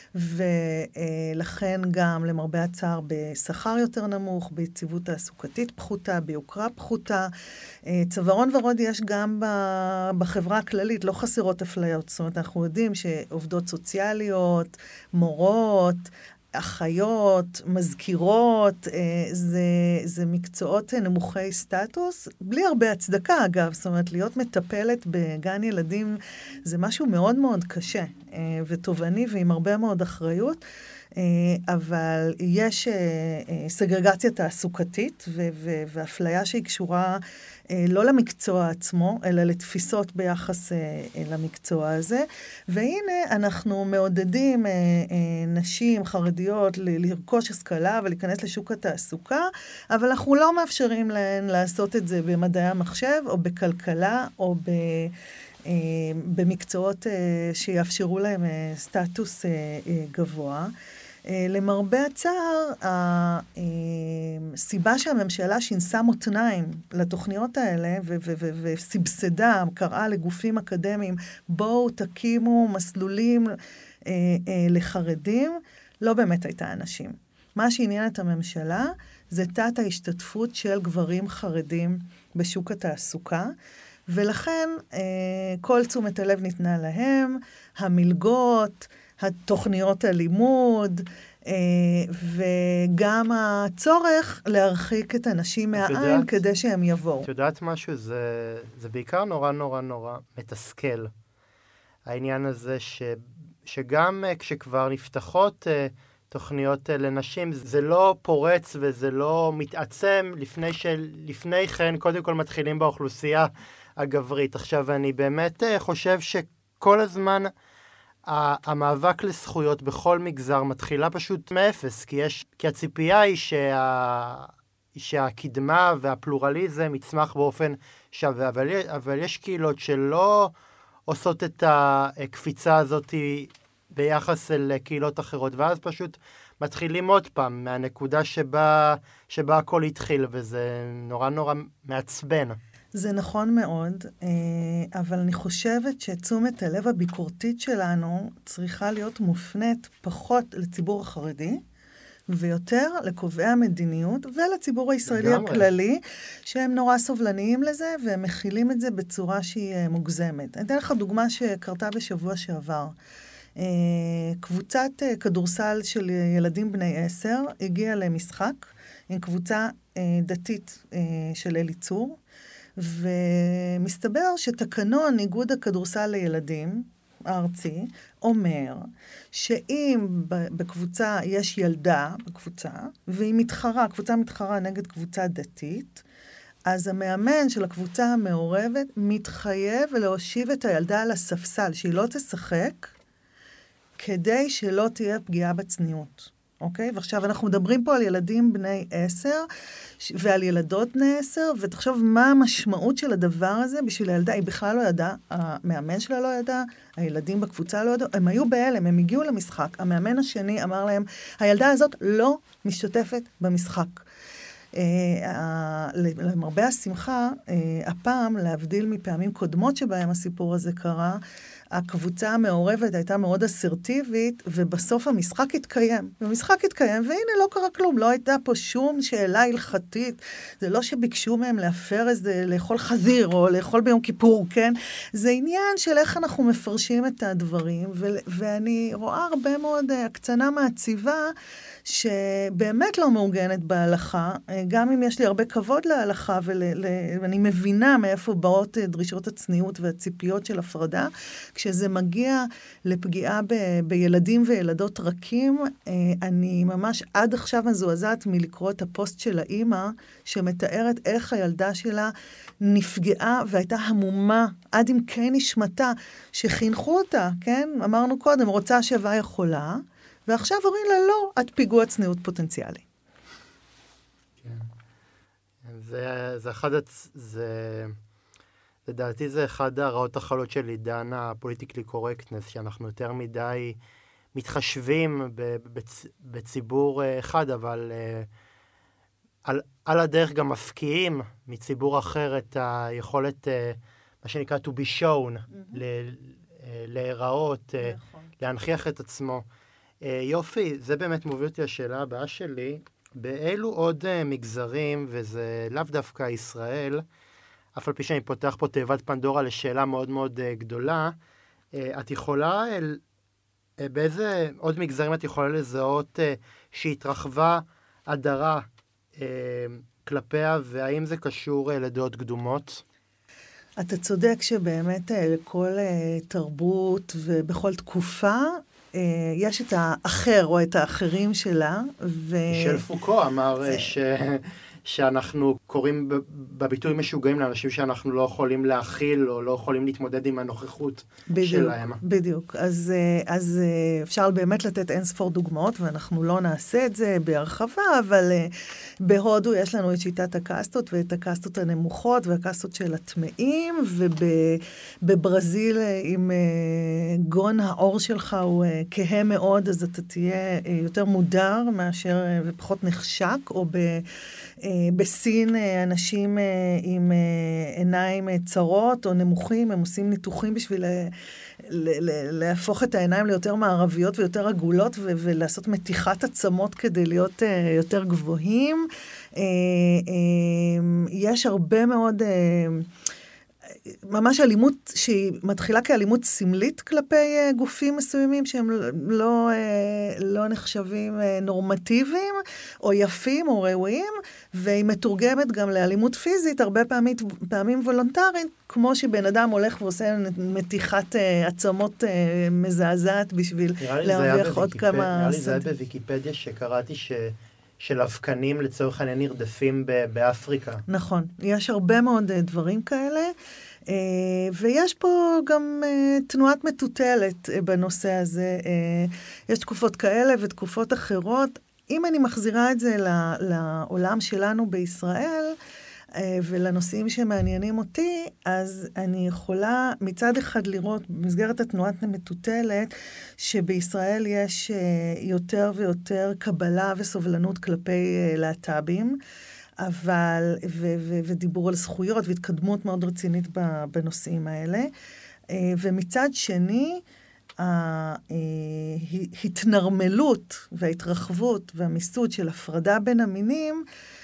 ולכן גם למרבה הצער בשכר יותר נמוך, ביציבות תעסוקתית פחותה, ביוקרה פחותה. צווארון ורוד יש גם בחברה הכללית, לא חסרות אפליות. זאת אומרת, אנחנו יודעים שעובדות סוציאליות, מורות, אחיות, מזכירות, זה מקצועות נמוכי סטטוס, בלי הרבה הצדקה אגב, זאת אומרת, להיות מטפלת בגן ילדים זה משהו מאוד מאוד קשה ותובעני ועם הרבה מאוד אחריות, אבל יש סגרגציה תעסוקתית ואפליה שהיא קשורה לא למקצוע עצמו, אלא לתפיסות ביחס למקצוע הזה. והנה אנחנו מעודדים נשים חרדיות לרכוש השכלה ולהיכנס לשוק התעסוקה, אבל אנחנו לא מאפשרים להן לעשות את זה במדעי המחשב או בכלכלה או במקצועות שיאפשרו להם סטטוס גבוה. למרבה הצער, הסיבה שהממשלה שינסה מותניים לתוכניות האלה וסבסדה, קראה לגופים אקדמיים, בואו תקימו מסלולים לחרדים, לא באמת הייתה אנשים. מה שעניין את הממשלה זה תת ההשתתפות של גברים חרדים בשוק התעסוקה, ולכן כל תשומת הלב ניתנה להם, המלגות, התוכניות הלימוד, וגם הצורך להרחיק את הנשים מהעין כדי שהם יבואו. את יודעת משהו? זה בעיקר נורא נורא נורא מתסכל. העניין הזה שגם כשכבר נפתחות תוכניות לנשים, זה לא פורץ וזה לא מתעצם לפני כן, קודם כל מתחילים באוכלוסייה הגברית. עכשיו, אני באמת חושב שכל הזמן המאבק לזכויות בכל מגזר מתחילה פשוט מאפס, כי הציפייה היא שהקדמה והפלורליזם יצמח באופן שווה, אבל יש קהילות שלא עושות את הקפיצה הזאת ביחס אל קהילות אחרות, ואז פשוט מתחילים עוד פעם מהנקודה שבה הכל התחיל, וזה נורא נורא מעצבן. זה נכון מאוד, אבל אני חושבת שתשומת הלב הביקורתית שלנו צריכה להיות מופנית פחות לציבור החרדי, ויותר לקובעי המדיניות ולציבור הישראלי הכללי, שהם נורא סובלניים לזה, והם מכילים את זה בצורה שהיא מוגזמת. אני אתן לך דוגמה שקרתה בשבוע שעבר. קבוצת כדורסל של ילדים בני 10 הגיעה למשחק עם קבוצה דתית של אליצור, ומסתבר שתקנון איגוד הכדורסל לילדים הארצי אומר שאם בקבוצה יש ילדה בקבוצה, והיא מתחרה, קבוצה מתחרה נגד קבוצה דתית, אז המאמן של הקבוצה המעורבת מתחייב להושיב את הילדה על הספסל, שהיא לא תשחק, כדי שלא תהיה פגיעה בצניעות. אוקיי? ועכשיו אנחנו מדברים פה על ילדים בני 10, ועל ילדות בני 10, ותחשוב מה המשמעות של הדבר הזה בשביל הילדה. היא בכלל לא ידעה, המאמן שלה לא ידעה, הילדים בקבוצה לא ידעו, הם היו בהלם, הם הגיעו למשחק. המאמן השני אמר להם, הילדה הזאת לא משתתפת במשחק. למרבה השמחה, הפעם, להבדיל מפעמים קודמות שבהם הסיפור הזה קרה, הקבוצה המעורבת הייתה מאוד אסרטיבית, ובסוף המשחק התקיים. המשחק התקיים, והנה לא קרה כלום, לא הייתה פה שום שאלה הלכתית, זה לא שביקשו מהם להפר איזה, לאכול חזיר, או לאכול ביום כיפור, כן? זה עניין של איך אנחנו מפרשים את הדברים, ואני רואה הרבה מאוד הקצנה מעציבה, שבאמת לא מעוגנת בהלכה, גם אם יש לי הרבה כבוד להלכה, ואני מבינה מאיפה באות דרישות הצניעות והציפיות של הפרדה, כשזה מגיע לפגיעה בילדים וילדות רכים, אני ממש עד עכשיו מזועזעת מלקרוא את הפוסט של האמא, שמתארת איך הילדה שלה נפגעה והייתה המומה, עד עמקי נשמתה, שחינכו אותה, כן? אמרנו קודם, רוצה שווה יכולה, ועכשיו אומרים לה, לא, את פיגוע צניעות פוטנציאלי. לדעתי זה אחד הרעות החלות של עידן הפוליטיקלי קורקטנס, שאנחנו יותר מדי מתחשבים בציבור אחד, אבל על הדרך גם מפקיעים מציבור אחר את היכולת, מה שנקרא to be shown, להיראות, להנכיח את עצמו. יופי, זה באמת מוביל אותי השאלה הבאה שלי, באילו עוד מגזרים, וזה לאו דווקא ישראל, אף על פי שאני פותח פה תיבת פנדורה לשאלה מאוד מאוד גדולה, את יכולה באיזה עוד מגזרים את יכולה לזהות שהתרחבה הדרה כלפיה, והאם זה קשור לדעות קדומות? אתה צודק שבאמת לכל תרבות ובכל תקופה, יש את האחר או את האחרים שלה. מישל פוקו אמר שאנחנו קוראים בביטוי משוגעים לאנשים שאנחנו לא יכולים להכיל או לא יכולים להתמודד עם הנוכחות שלהם. בדיוק. אז אפשר באמת לתת אין ספור דוגמאות, ואנחנו לא נעשה את זה בהרחבה, אבל בהודו יש לנו את שיטת הקסטות ואת הקסטות הנמוכות והקסטות של הטמאים, ובברזיל אם גון העור שלך הוא כהה מאוד, אז אתה תהיה יותר מודר מאשר ופחות נחשק, או בסין אנשים עם עיניים צרות או נמוכים, הם עושים ניתוחים בשביל להפוך את העיניים ליותר מערביות ויותר עגולות, ולעשות מתיחת עצמות כדי להיות יותר גבוהים. יש הרבה מאוד ממש אלימות שהיא מתחילה כאלימות סמלית כלפי גופים מסוימים שהם לא נחשבים נורמטיביים או יפים או ראויים, והיא מתורגמת גם לאלימות פיזית, הרבה פעמים וולונטרית, כמו שבן אדם הולך ועושה מתיחת עצמות מזעזעת בשביל להרוויח עוד כמה... נראה לי זה בוויקיפדיה שקראתי של אבקנים לצורך העניין נרדפים באפריקה. נכון, יש הרבה מאוד דברים כאלה, ויש פה גם תנועת מטוטלת בנושא הזה. יש תקופות כאלה ותקופות אחרות. אם אני מחזירה את זה לעולם שלנו בישראל, ולנושאים שמעניינים אותי, אז אני יכולה מצד אחד לראות במסגרת התנועת המטוטלת, שבישראל יש יותר ויותר קבלה וסובלנות כלפי להט"בים, אבל, ודיבור על זכויות והתקדמות מאוד רצינית בנושאים האלה. ומצד שני, ההתנרמלות וההתרחבות והמיסוד של הפרדה בין המינים,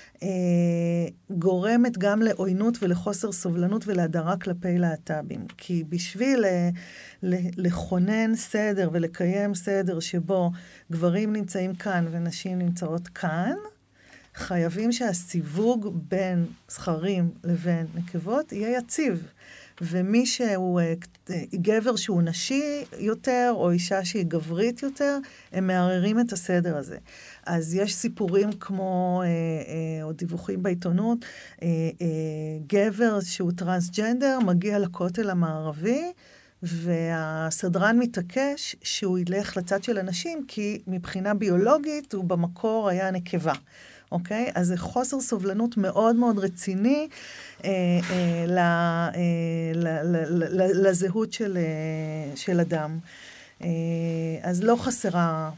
גורמת גם לעוינות ולחוסר סובלנות ולהדרה כלפי להט"בים. כי בשביל לכונן סדר ולקיים סדר שבו גברים נמצאים כאן ונשים נמצאות כאן, חייבים שהסיווג בין זכרים לבין נקבות יהיה יציב. ומי שהוא גבר שהוא נשי יותר, או אישה שהיא גברית יותר, הם מערערים את הסדר הזה. אז יש סיפורים כמו, או דיווחים בעיתונות, גבר שהוא טרנסג'נדר מגיע לכותל המערבי, והסדרן מתעקש שהוא ילך לצד של הנשים, כי מבחינה ביולוגית הוא במקור היה נקבה. אוקיי? אז זה חוסר סובלנות מאוד מאוד רציני לזהות של אדם. אז לא חסרה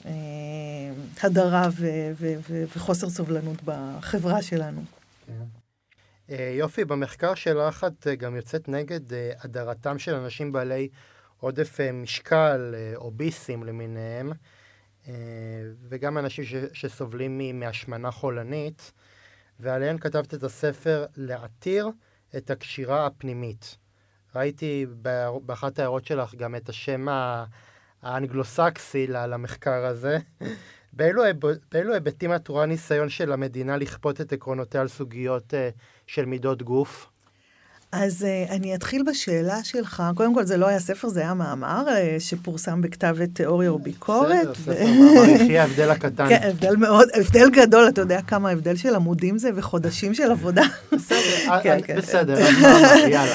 הדרה וחוסר סובלנות בחברה שלנו. יופי, במחקר שלך את גם יוצאת נגד הדרתם של אנשים בעלי עודף משקל, אוביסים למיניהם, וגם אנשים שסובלים מהשמנה חולנית, ועליהן כתבת את הספר להתיר את הקשירה הפנימית. ראיתי באחת ההערות שלך גם את השם האנגלוסקסי למחקר הזה. באילו היבטים את רואה ניסיון של המדינה לכפות את עקרונותיה על סוגיות של מידות גוף? אז אני אתחיל בשאלה שלך. קודם כל, זה לא היה ספר, זה היה מאמר שפורסם בכתב תיאוריה וביקורת. בסדר, ספר מאמר, יחי ההבדל הקטן. כן, הבדל גדול, אתה יודע כמה הבדל של עמודים זה וחודשים של עבודה. בסדר, אז מאמר, יאללה.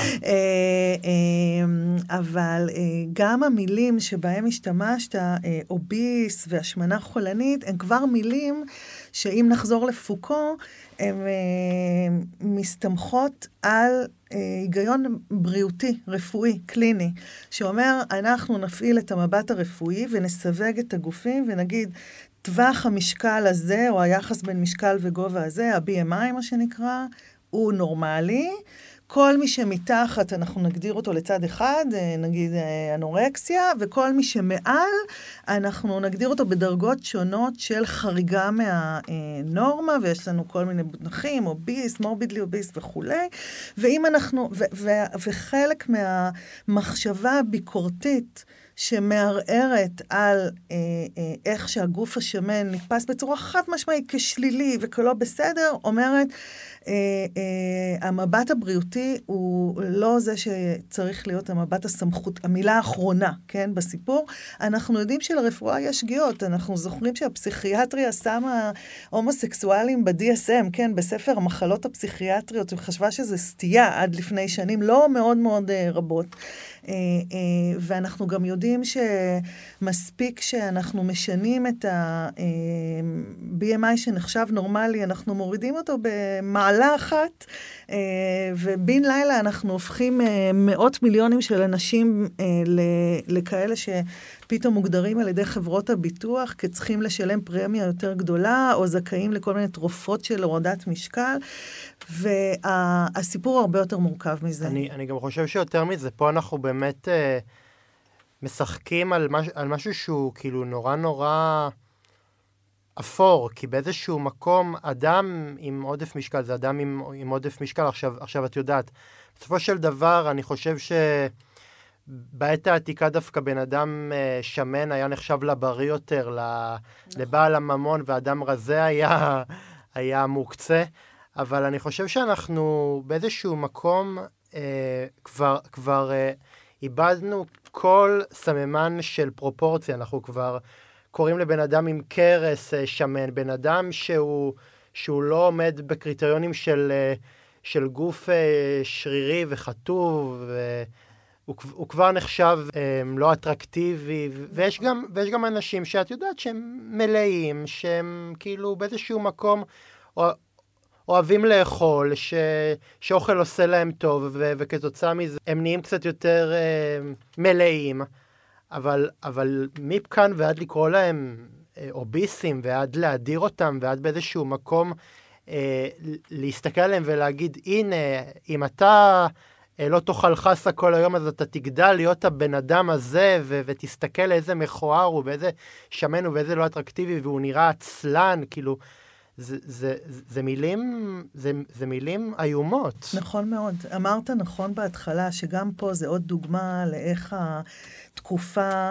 אבל גם המילים שבהם השתמשת, אוביס והשמנה חולנית, הן כבר מילים שאם נחזור לפוקו, הן מסתמכות על היגיון בריאותי, רפואי, קליני, שאומר, אנחנו נפעיל את המבט הרפואי ונסווג את הגופים ונגיד, טווח המשקל הזה, או היחס בין משקל וגובה הזה, ה-BMI מה שנקרא, הוא נורמלי. כל מי שמתחת, אנחנו נגדיר אותו לצד אחד, נגיד אנורקסיה, וכל מי שמעל, אנחנו נגדיר אותו בדרגות שונות של חריגה מהנורמה, ויש לנו כל מיני מונחים, אוביס, מורבידלי אוביס וכו'. ואם אנחנו, וחלק מהמחשבה הביקורתית שמערערת על איך שהגוף השמן נתפס בצורה חד משמעית כשלילי וכלא בסדר, אומרת, המבט הבריאותי הוא לא זה שצריך להיות המבט הסמכות, המילה האחרונה, כן, בסיפור. אנחנו יודעים שלרפואה יש שגיאות, אנחנו זוכרים שהפסיכיאטריה שמה הומוסקסואלים ב-DSM, כן, בספר המחלות הפסיכיאטריות, וחשבה שזה סטייה עד לפני שנים, לא מאוד מאוד רבות. ואנחנו גם יודעים שמספיק שאנחנו משנים את ה-BMI שנחשב נורמלי, אנחנו מורידים אותו במעלה אחת, ובין לילה אנחנו הופכים מאות מיליונים של אנשים לכאלה שפתאום מוגדרים על ידי חברות הביטוח, כצריכים לשלם פרמיה יותר גדולה, או זכאים לכל מיני תרופות של הורדת משקל, והסיפור הרבה יותר מורכב מזה. אני גם חושב שיותר מזה, פה אנחנו באמת משחקים על משהו שהוא כאילו נורא נורא אפור, כי באיזשהו מקום אדם עם עודף משקל, זה אדם עם עודף משקל, עכשיו את יודעת. בסופו של דבר, אני חושב שבעת העתיקה דווקא בן אדם שמן היה נחשב לבריא יותר, לבעל הממון, ואדם רזה היה מוקצה. אבל אני חושב שאנחנו באיזשהו מקום כבר איבדנו כל סממן של פרופורציה. אנחנו כבר קוראים לבן אדם עם קרס שמן, בן אדם שהוא לא עומד בקריטריונים של גוף שרירי וחטוב, הוא כבר נחשב לא אטרקטיבי, ויש גם אנשים שאת יודעת שהם מלאים, שהם כאילו באיזשהו מקום אוהבים לאכול, שאוכל עושה להם טוב, וכתוצאה מזה הם נהיים קצת יותר מלאים, אבל מכאן ועד לקרוא להם אוביסים, ועד להדיר אותם, ועד באיזשהו מקום להסתכל עליהם ולהגיד, הנה, אם אתה לא תאכל חסה כל היום, אז אתה תגדל להיות הבן אדם הזה, ותסתכל איזה מכוער הוא, ואיזה שמן הוא, ואיזה לא אטרקטיבי, והוא נראה עצלן, כאילו, זה מילים איומות. נכון מאוד. אמרת נכון בהתחלה, שגם פה זה עוד דוגמה לאיך התקופה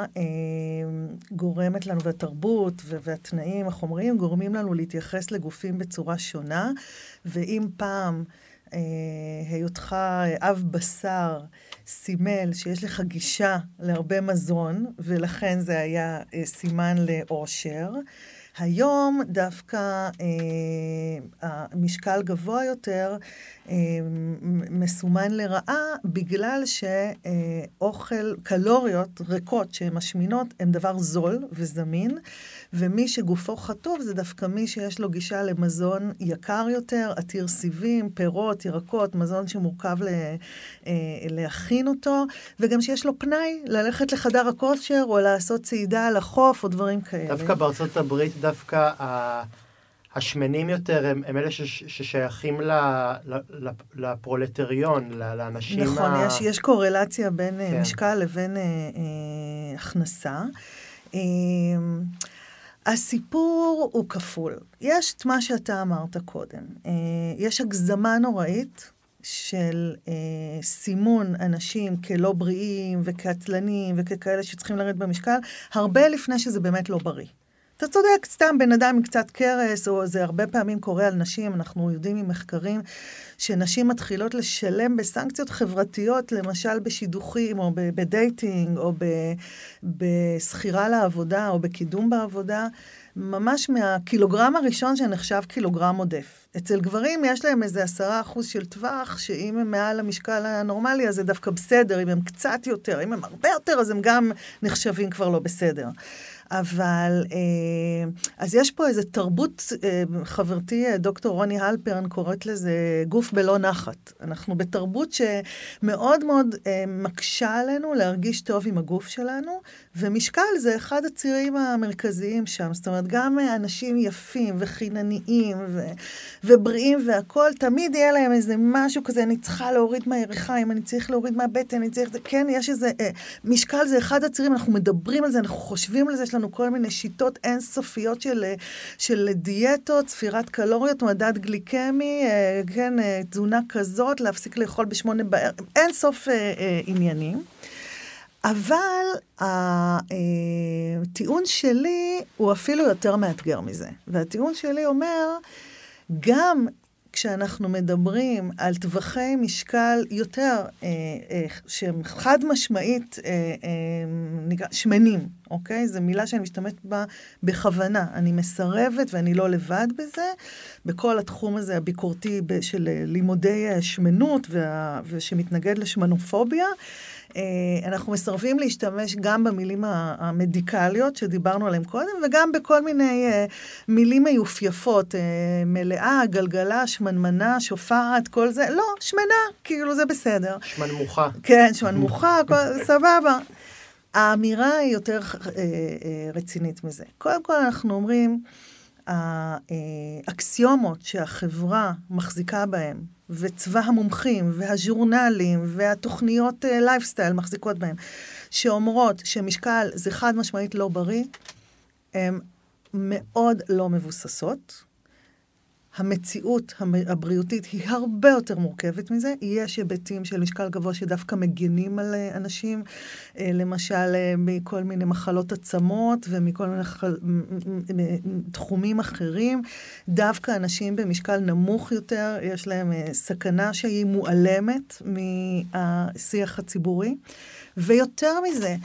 גורמת לנו, והתרבות והתנאים החומריים גורמים לנו להתייחס לגופים בצורה שונה, ואם פעם היותך אב בשר סימל שיש לך גישה להרבה מזון, ולכן זה היה סימן לאושר, היום דווקא המשקל גבוה יותר מסומן לרעה, בגלל שאוכל, קלוריות ריקות שהן משמינות, הן דבר זול וזמין, ומי שגופו חטוב זה דווקא מי שיש לו גישה למזון יקר יותר, עתיר סיבים, פירות, ירקות, מזון שמורכב להכין אותו, וגם שיש לו פנאי ללכת לחדר הכושר או לעשות צעידה על החוף או דברים כאלה. דווקא בארצות הברית, דווקא השמנים יותר הם אלה ששייכים לפרולטריון, לאנשים נכון, יש קורלציה בין משקל לבין הכנסה. הסיפור הוא כפול. יש את מה שאתה אמרת קודם. יש הגזמה נוראית של סימון אנשים כלא בריאים וכעצלנים וככאלה שצריכים לרדת במשקל, הרבה לפני שזה באמת לא בריא. אתה צודק, סתם בן אדם עם קצת קרס, או זה הרבה פעמים קורה על נשים, אנחנו יודעים ממחקרים שנשים מתחילות לשלם בסנקציות חברתיות, למשל בשידוכים, או בדייטינג, או בסחירה לעבודה, או בקידום בעבודה, ממש מהקילוגרם הראשון שנחשב קילוגרם עודף. אצל גברים יש להם איזה 10% של טווח, שאם הם מעל המשקל הנורמלי, אז זה דווקא בסדר, אם הם קצת יותר, אם הם הרבה יותר, אז הם גם נחשבים כבר לא בסדר. אבל, אז יש פה איזו תרבות, חברתי דוקטור רוני הלפרן קוראת לזה גוף בלא נחת. אנחנו בתרבות שמאוד מאוד מקשה עלינו להרגיש טוב עם הגוף שלנו, ומשקל זה אחד הצירים המרכזיים שם. זאת אומרת, גם אנשים יפים וחינניים ובריאים והכל, תמיד יהיה להם איזה משהו כזה, אני צריכה להוריד מהירכיים, אני צריך להוריד מהבטן, אני צריך, כן, יש איזה, משקל זה אחד הצירים, אנחנו מדברים על זה, אנחנו חושבים על זה, יש לנו כל מיני שיטות אינסופיות של דיאטות, ספירת קלוריות, מדד גליקמי, כן, תזונה כזאת, להפסיק לאכול ב8 בערב, אינסוף עניינים. אבל הטיעון שלי הוא אפילו יותר מאתגר מזה. והטיעון שלי אומר, גם כשאנחנו מדברים על טווחי משקל יותר, שהם חד משמעית שמנים, אוקיי? זו מילה שאני משתמשת בה בכוונה. אני מסרבת ואני לא לבד בזה, בכל התחום הזה הביקורתי של לימודי שמנות ושמתנגד לשמנופוביה, אנחנו מסרבים להשתמש גם במילים המדיקליות שדיברנו עליהן קודם, וגם בכל מיני מילים מיופייפות, מלאה, גלגלה, שמנמנה, שופעת, כל זה. לא, שמנה, כאילו זה בסדר. שמנמוכה. כן, שמנמוכה, סבבה. האמירה היא יותר רצינית מזה. קודם כל אנחנו אומרים, האקסיומות שהחברה מחזיקה בהם, וצבא המומחים, והז'ורנלים, והתוכניות לייפסטייל מחזיקות בהם, שאומרות שמשקל זה חד משמעית לא בריא, הן מאוד לא מבוססות. המציאות הבריאותית היא הרבה יותר מורכבת מזה. יש היבטים של משקל גבוה שדווקא מגנים על אנשים, למשל מכל מיני מחלות עצמות ומכל מיני תחומים אחרים. דווקא אנשים במשקל נמוך יותר, יש להם סכנה שהיא מועלמת מהשיח הציבורי. ויותר מזה,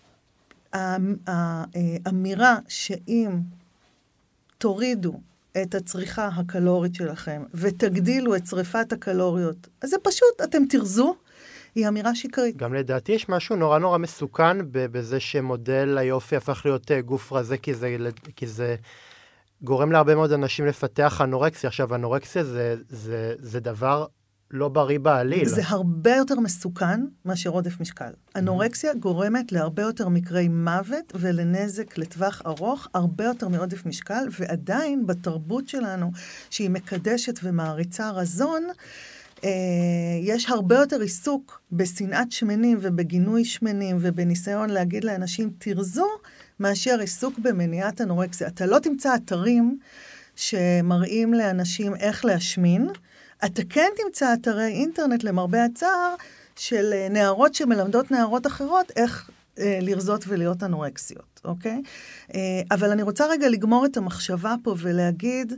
האמירה שאם תורידו את הצריכה הקלורית שלכם, ותגדילו את שריפת הקלוריות, אז זה פשוט, אתם תרזו, היא אמירה שקרית. גם לדעתי יש משהו נורא נורא מסוכן בזה שמודל היופי הפך להיות גוף רזה, כי זה גורם להרבה מאוד אנשים לפתח אנורקסיה. עכשיו, אנורקסיה זה דבר לא בריא בעליל. זה הרבה יותר מסוכן מאשר עודף משקל. אנורקסיה גורמת להרבה יותר מקרי מוות ולנזק לטווח ארוך, הרבה יותר מעודף משקל, ועדיין בתרבות שלנו, שהיא מקדשת ומעריצה רזון, יש הרבה יותר עיסוק בשנאת שמנים ובגינוי שמנים ובניסיון להגיד לאנשים תרזו, מאשר עיסוק במניעת אנורקסיה. אתה לא תמצא אתרים שמראים לאנשים איך להשמין, אתה כן תמצא אתרי אינטרנט למרבה הצער של נערות שמלמדות נערות אחרות איך לרזות ולהיות אנורקסיות, אוקיי? אבל אני רוצה רגע לגמור את המחשבה פה ולהגיד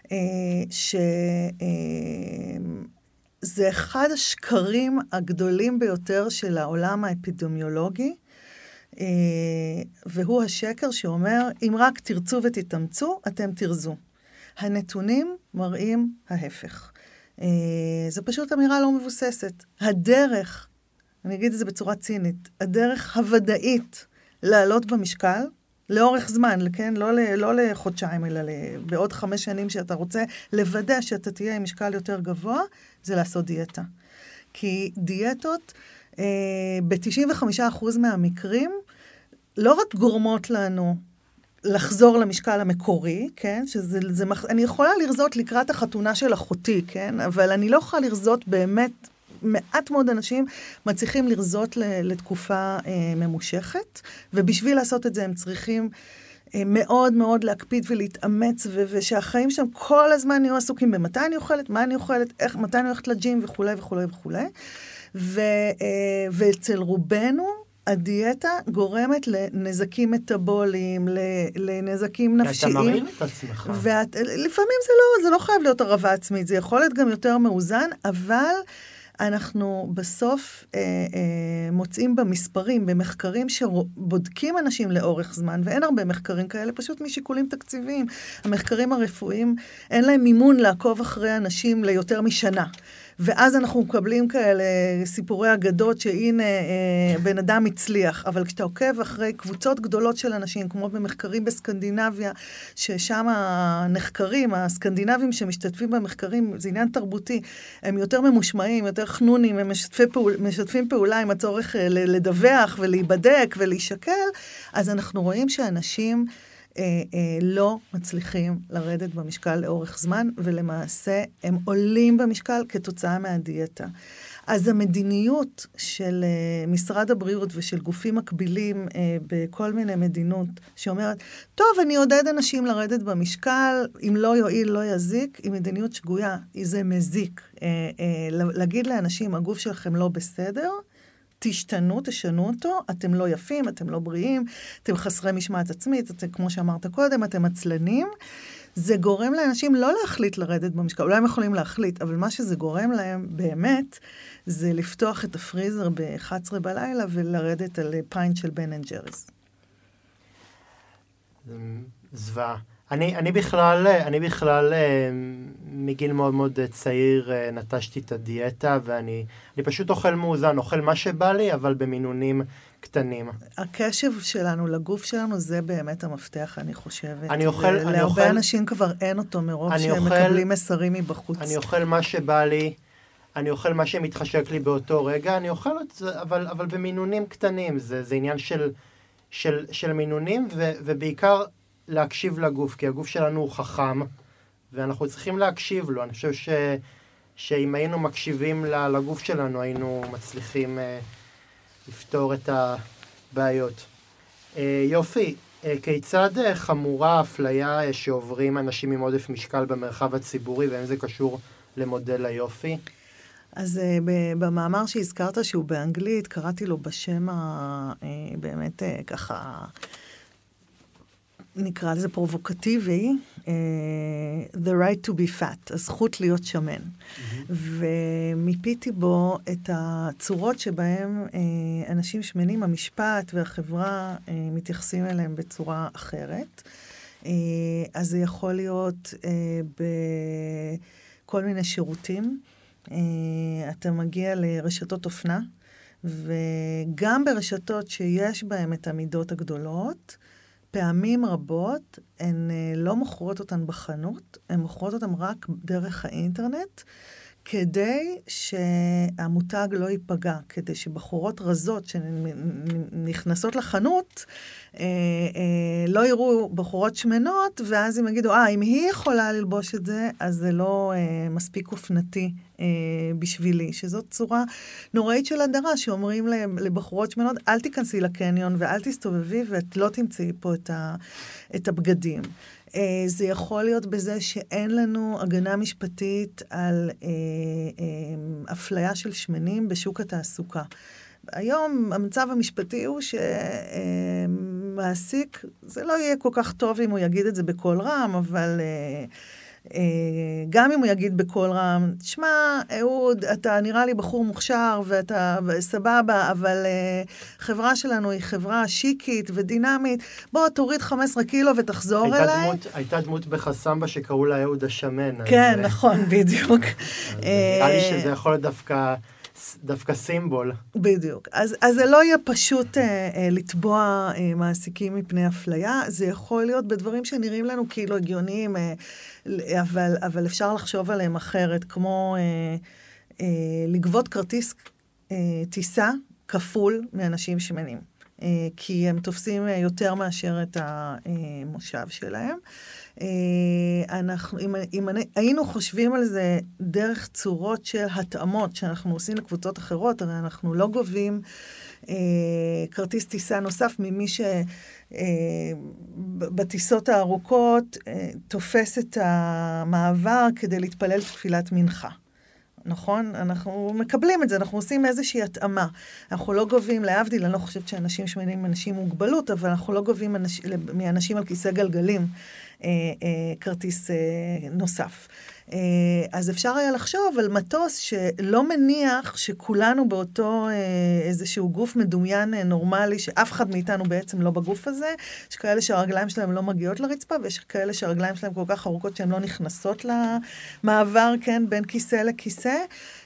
שזה אחד השקרים הגדולים ביותר של העולם האפידמיולוגי, והוא השקר שאומר, אם רק תרצו ותתאמצו, אתם תרזו. הנתונים מראים ההפך. זה פשוט אמירה לא מבוססת. הדרך, אני אגיד את זה בצורה צינית, הדרך הוודאית לעלות במשקל, לאורך זמן, כן? לא לחודשיים, אלא בעוד 5 שנים שאתה רוצה לוודא שאתה תהיה עם משקל יותר גבוה, זה לעשות דיאטה. כי דיאטות, ב-95% מהמקרים, לא רק גורמות לנו לחזור למשקל המקורי, כן? אני יכולה לרזות לקראת החתונה של אחותי, כן? אבל אני לא יכולה לרזות באמת, מעט מאוד אנשים מצליחים לרזות לתקופה ממושכת, ובשביל לעשות את זה הם צריכים מאוד מאוד להקפיד ולהתאמץ, ושהחיים שם כל הזמן יהיו עסוקים במתי אני אוכלת, מה אני אוכלת, מתי אני הולכת לג'ים וכו' וכו' וכו'. ואצל רובנו, הדיאטה גורמת לנזקים מטאבוליים, לנזקים נפשיים. אתה מרים את עצמך. לפעמים זה לא חייב להיות הרעבה עצמית, זה יכול להיות גם יותר מאוזן, אבל אנחנו בסוף מוצאים במספרים, במחקרים שבודקים אנשים לאורך זמן, ואין הרבה מחקרים כאלה, פשוט משיקולים תקציביים. המחקרים הרפואיים, אין להם מימון לעקוב אחרי אנשים ליותר משנה. ואז אנחנו מקבלים כאלה סיפורי אגדות שהנה בן אדם הצליח, אבל כשאתה עוקב אחרי קבוצות גדולות של אנשים, כמו במחקרים בסקנדינביה, ששם הנחקרים, הסקנדינבים שמשתתפים במחקרים, זה עניין תרבותי, הם יותר ממושמעים, יותר חנונים, הם משתפים פעולה עם הצורך לדווח ולהיבדק ולהישקל, אז אנחנו רואים שאנשים לא מצליחים לרדת במשקל לאורך זמן, ולמעשה הם עולים במשקל כתוצאה מהדיאטה. אז המדיניות של משרד הבריאות ושל גופים מקבילים בכל מיני מדינות, שאומרת, טוב, אני עודד אנשים לרדת במשקל, אם לא יועיל, לא יזיק, היא מדיניות שגויה, זה מזיק. להגיד לאנשים, הגוף שלכם לא בסדר, תשתנו, תשנו אותו, אתם לא יפים, אתם לא בריאים, אתם חסרי משמעת עצמית, אתם, כמו שאמרת קודם, אתם עצלנים. זה גורם לאנשים לא להחליט לרדת במשקל, אולי הם יכולים להחליט, אבל מה שזה גורם להם באמת, זה לפתוח את הפריזר ב-11 בלילה ולרדת על פיינט של בן אנד ג'ריס. זוועה. אני בכלל מגיל מאוד מאוד צעיר נטשתי את הדיאטה, ואני פשוט אוכל מאוזן, אוכל מה שבא לי, אבל במינונים קטנים. הקשב שלנו לגוף שלנו זה באמת המפתח, אני חושבת. להרבה אנשים כבר אין אותו מרוב שהם מקבלים מסרים מבחוץ. אני אוכל מה שבא לי, אני אוכל מה שמתחשק לי באותו רגע, אני אוכל את זה, אבל במינונים קטנים. זה עניין של מינונים, ובעיקר להקשיב לגוף, כי הגוף שלנו הוא חכם, ואנחנו צריכים להקשיב לו. אני חושב שאם היינו מקשיבים לגוף שלנו, היינו מצליחים לפתור את הבעיות. יופי, כיצד חמורה האפליה שעוברים אנשים עם עודף משקל במרחב הציבורי, והאם זה קשור למודל היופי? אז במאמר שהזכרת שהוא באנגלית, קראתי לו בשם באמת ככה, נקרא לזה פרובוקטיבי, the right to be fat, הזכות להיות שמן. ומיפיתי בו את הצורות שבהם אנשים שמנים, המשפט והחברה מתייחסים אליהם בצורה אחרת. אז זה יכול להיות בכל מיני שירותים. אתה מגיע לרשתות אופנה, וגם ברשתות שיש בהן את המידות הגדולות, פעמים רבות הן לא מוכרות אותן בחנות, הן מוכרות אותן רק דרך האינטרנט, כדי שהמותג לא ייפגע, כדי שבחורות רזות שנכנסות לחנות, לא יראו בחורות שמנות, ואז הם יגידו, אם היא יכולה ללבוש את זה, אז זה לא מספיק אופנתי בשבילי, שזאת צורה נוראית של הדרה, שאומרים לבחורות שמנות, אל תיכנסי לקניון ואל תסתובבי, ואת לא תמצאי פה את הבגדים. זה יכול להיות בזה שאין לנו הגנה משפטית על אפליה של שמנים בשוק התעסוקה. היום המצב המשפטי הוא שמעסיק, זה לא יהיה כל כך טוב אם הוא יגיד את זה בקול רם, אבל גם אם הוא יגיד בקול רם, תשמע, אהוד, אתה נראה לי בחור מוכשר ואתה סבבה, אבל חברה שלנו היא חברה שיקית ודינמית, בוא תוריד 15 קילו ותחזור אליי. הייתה דמות בחסמבה שקראו לה אהוד השמן. כן, נכון, בדיוק. נראה לי שזה יכול להיות דווקא סימבול. בדיוק. אז זה לא יהיה פשוט לתבוע מעסיקים מפני אפליה, זה יכול להיות בדברים שנראים לנו כאילו הגיוניים, אבל אפשר לחשוב עליהם אחרת, כמו לגבות כרטיס טיסה כפול מאנשים שמנים, כי הם תופסים יותר מאשר את המושב שלהם. אם היינו חושבים על זה דרך צורות של התאמות שאנחנו עושים לקבוצות אחרות, הרי אנחנו לא גובים כרטיס טיסה נוסף ממי שבטיסות הארוכות תופס את המעבר כדי להתפלל תפילת מנחה. נכון? אנחנו מקבלים את זה, אנחנו עושים איזושהי התאמה. אנחנו לא גובים, להבדיל, אני לא חושבת שאנשים שמנים הם אנשים מוגבלות, אבל אנחנו לא גובים מאנשים על כיסא גלגלים כרטיס נוסף. אז אפשר היה לחשוב על מטוס שלא מניח שכולנו באותו איזשהו גוף מדומיין נורמלי, שאף אחד מאיתנו בעצם לא בגוף הזה, יש כאלה שהרגליים שלהם לא מגיעות לרצפה, ויש כאלה שהרגליים שלהם כל כך ארוכות שהן לא נכנסות למעבר, כן, בין כיסא לכיסא.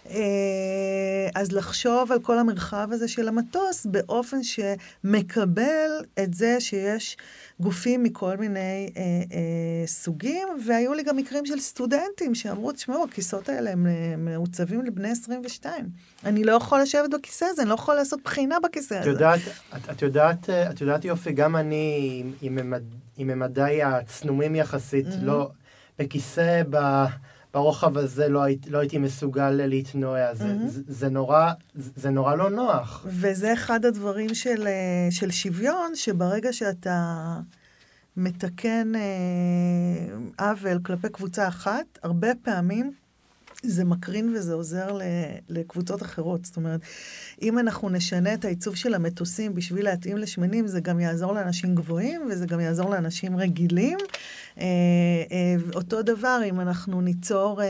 אז לחשוב על כל המרחב הזה של המטוס, באופן שמקבל את זה שיש גופים מכל מיני סוגים, והיו לי גם מקרים של סטודנטים שאמרו, תשמעו, הכיסאות האלה הם מעוצבים לבני 22. אני לא יכול לשבת בכיסא הזה, אני לא יכול לעשות בחינה בכיסא הזה. את יודעת יופי, גם אני עם ממדיי הצנומים יחסית, לא, בכיסא ברוחב הזה לא הייתי מסוגל להתנוע, זה נורא לא נוח. וזה אחד הדברים של שוויון, שברגע שאתה מתקן עוול כלפי קבוצה אחת, הרבה פעמים זה מקרין וזה עוזר לקבוצות אחרות. זאת אומרת, אם אנחנו נשנה את העיצוב של המטוסים בשביל להתאים לשמנים, זה גם יעזור לאנשים גבוהים, וזה גם יעזור לאנשים רגילים. אותו דבר, אם אנחנו ניצור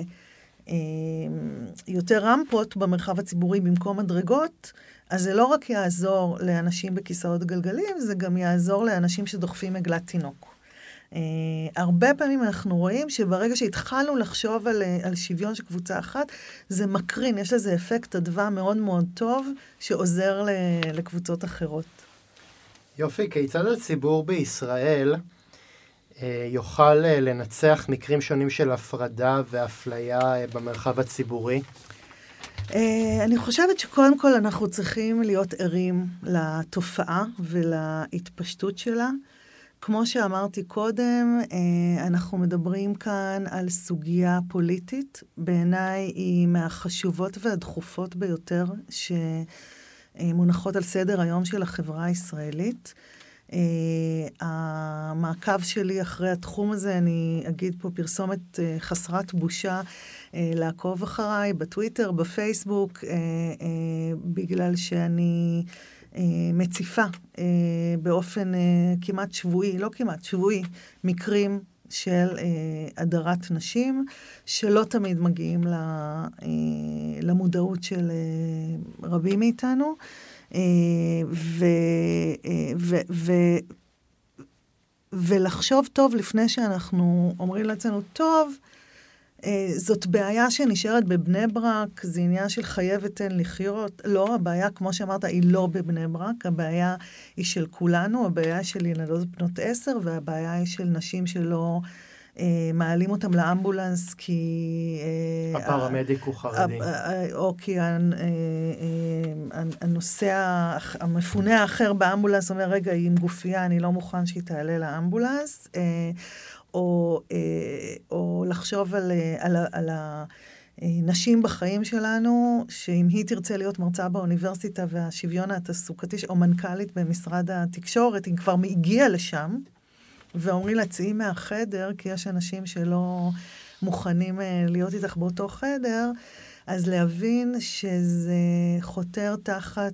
יותר רמפות במרחב הציבורי במקום מדרגות, אז זה לא רק יעזור לאנשים בכיסאות גלגלים, זה גם יעזור לאנשים שדוחפים עגלת תינוק. הרבה פעמים אנחנו רואים שברגע שהתחלנו לחשוב על שוויון של קבוצה אחת, זה מקרין, יש לזה אפקט אדווה מאוד מאוד טוב, שעוזר לקבוצות אחרות. יופי, כיצד הציבור בישראל יוכל לנצח מקרים שונים של הפרדה ואפליה במרחב הציבורי? אני חושבת שקודם כל אנחנו צריכים להיות ערים לתופעה ולהתפשטות שלה. כמו שאמרתי קודם, אנחנו מדברים כאן על סוגיה פוליטית. בעיניי היא מהחשובות והדחופות ביותר שמונחות על סדר היום של החברה הישראלית. המעקב שלי אחרי התחום הזה, אני אגיד פה פרסומת חסרת בושה, לעקוב אחריי בטוויטר, בפייסבוק, בגלל שאני מציפה באופן כמעט שבועי, לא כמעט, שבועי, מקרים של הדרת נשים, שלא תמיד מגיעים למודעות של רבים מאיתנו, ולחשוב טוב לפני שאנחנו אומרים לעצמנו, טוב, זאת בעיה שנשארת בבני ברק, זה עניין של חיה ותן לחיות. לא, הבעיה, כמו שאמרת, היא לא בבני ברק, הבעיה היא של כולנו, הבעיה של ילדות בנות 10, והבעיה היא של נשים שלא מעלים אותם לאמבולנס, כי הפרמדיק הוא חרדי. או כי הנוסע, המפונה האחר באמבולנס אומר, רגע, היא עם גופייה, אני לא מוכן שהיא תעלה לאמבולנס, או לחשוב על הנשים בחיים שלנו, שאם היא תרצה להיות מרצה באוניברסיטה והשוויון התעסוקתי, או מנכ"לית במשרד התקשורת, היא כבר הגיעה לשם, ואומרים לה, צאי מהחדר, כי יש אנשים שלא מוכנים להיות איתך באותו חדר, אז להבין שזה חותר תחת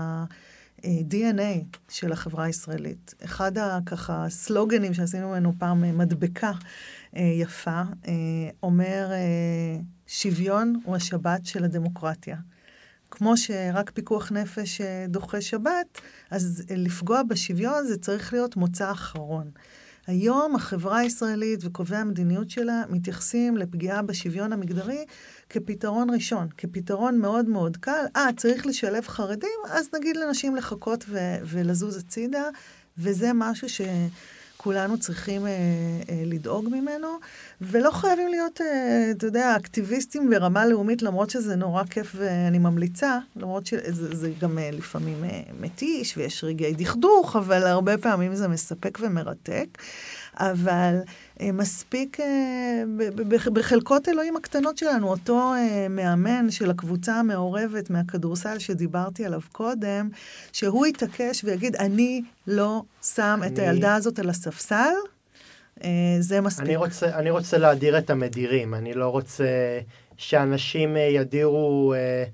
DNA של החברה הישראלית. אחד ככה סלוגנים שעשינו ממנו פעם מדבקה יפה, אומר שוויון הוא השבת של הדמוקרטיה. כמו שרק פיקוח נפש דוחה שבת, אז לפגוע בשוויון זה צריך להיות מוצא אחרון. היום החברה הישראלית וקובעי המדיניות שלה מתייחסים לפגיעה בשוויון המגדרי כפתרון ראשון, כפתרון מאוד מאוד קל. צריך לשלב חרדים, אז נגיד לנשים לחכות ולזוז הצידה, וזה משהו שכולנו צריכים לדאוג ממנו, ולא חייבים להיות, אתה יודע, אקטיביסטים ברמה לאומית, למרות שזה נורא כיף ואני ממליצה, למרות שזה גם לפעמים מתיש ויש רגעי דכדוך, אבל הרבה פעמים זה מספק ומרתק. אבל מספיק בחלקות אלוהים הקטנות שלנו, אותו מאמן של הקבוצה המעורבת מהכדורסל שדיברתי עליו קודם, שהוא יתעקש ויגיד, אני לא שם את הילדה הזאת על הספסל, זה מספיק. אני רוצה להדיר את המדירים, אני לא רוצה שאנשים ידירו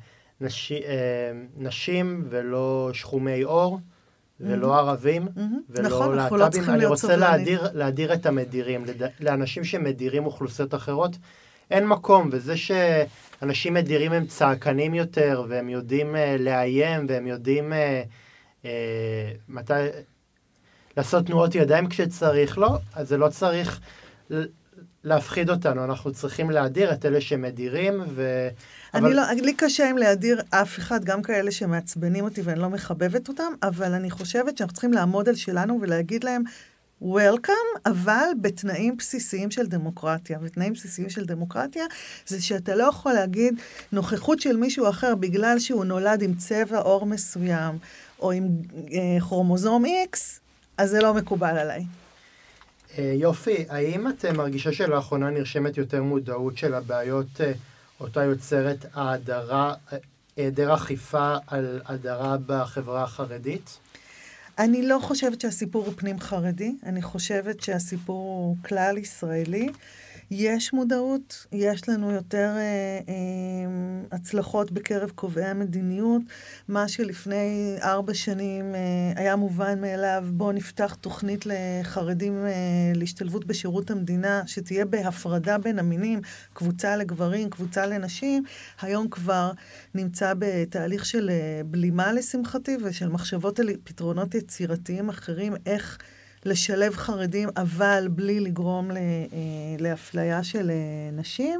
נשים ולא שחומי עור, ולא ערבים, ולא להט"בים. אני רוצה להדיר את המדירים. לאנשים שמדירים אוכלוסיות אחרות, אין מקום, וזה שאנשים מדירים הם צעקנים יותר, והם יודעים לאיים, והם יודעים מתי לעשות תנועות ידיים כשצריך, לא, אז זה לא צריך להפחיד אותנו, אנחנו צריכים להדיר את אלה שמדירים, לי קשה עם להדיר אף אחד, גם כאלה שמעצבנים אותי ואני לא מחבבת אותם, אבל אני חושבת שאנחנו צריכים לעמוד על שלנו ולהגיד להם, Welcome, אבל בתנאים בסיסיים של דמוקרטיה. ותנאים בסיסיים של דמוקרטיה זה שאתה לא יכול להגיד נוכחות של מישהו אחר בגלל שהוא נולד עם צבע עור מסוים, או עם כרומוזום X, אז זה לא מקובל עליי. יופי, האם את מרגישה שלאחרונה נרשמת יותר מודעות של הבעיות אותה יוצרת היעדר אכיפה על הדרה בחברה החרדית? אני לא חושבת שהסיפור הוא פנים חרדי, אני חושבת שהסיפור הוא כלל ישראלי. יש מודעות, יש לנו יותר הצלחות בקרב קובעי המדיניות, מה שלפני 4 שנים היה מובן מאליו, בואו נפתח תוכנית לחרדים להשתלבות בשירות המדינה, שתהיה בהפרדה בין המינים, קבוצה לגברים, קבוצה לנשים, היום כבר נמצא בתהליך של בלימה לשמחתי, ושל מחשבות על פתרונות יצירתיים אחרים, איך לשלב חרדים, אבל בלי לגרום לאפליה של נשים.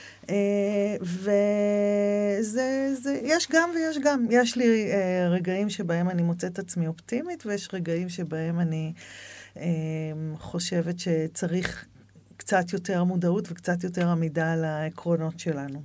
יש גם ויש גם. יש לי רגעים שבהם אני מוצאת עצמי אופטימית, ויש רגעים שבהם אני חושבת שצריך קצת יותר מודעות וקצת יותר עמידה על העקרונות שלנו.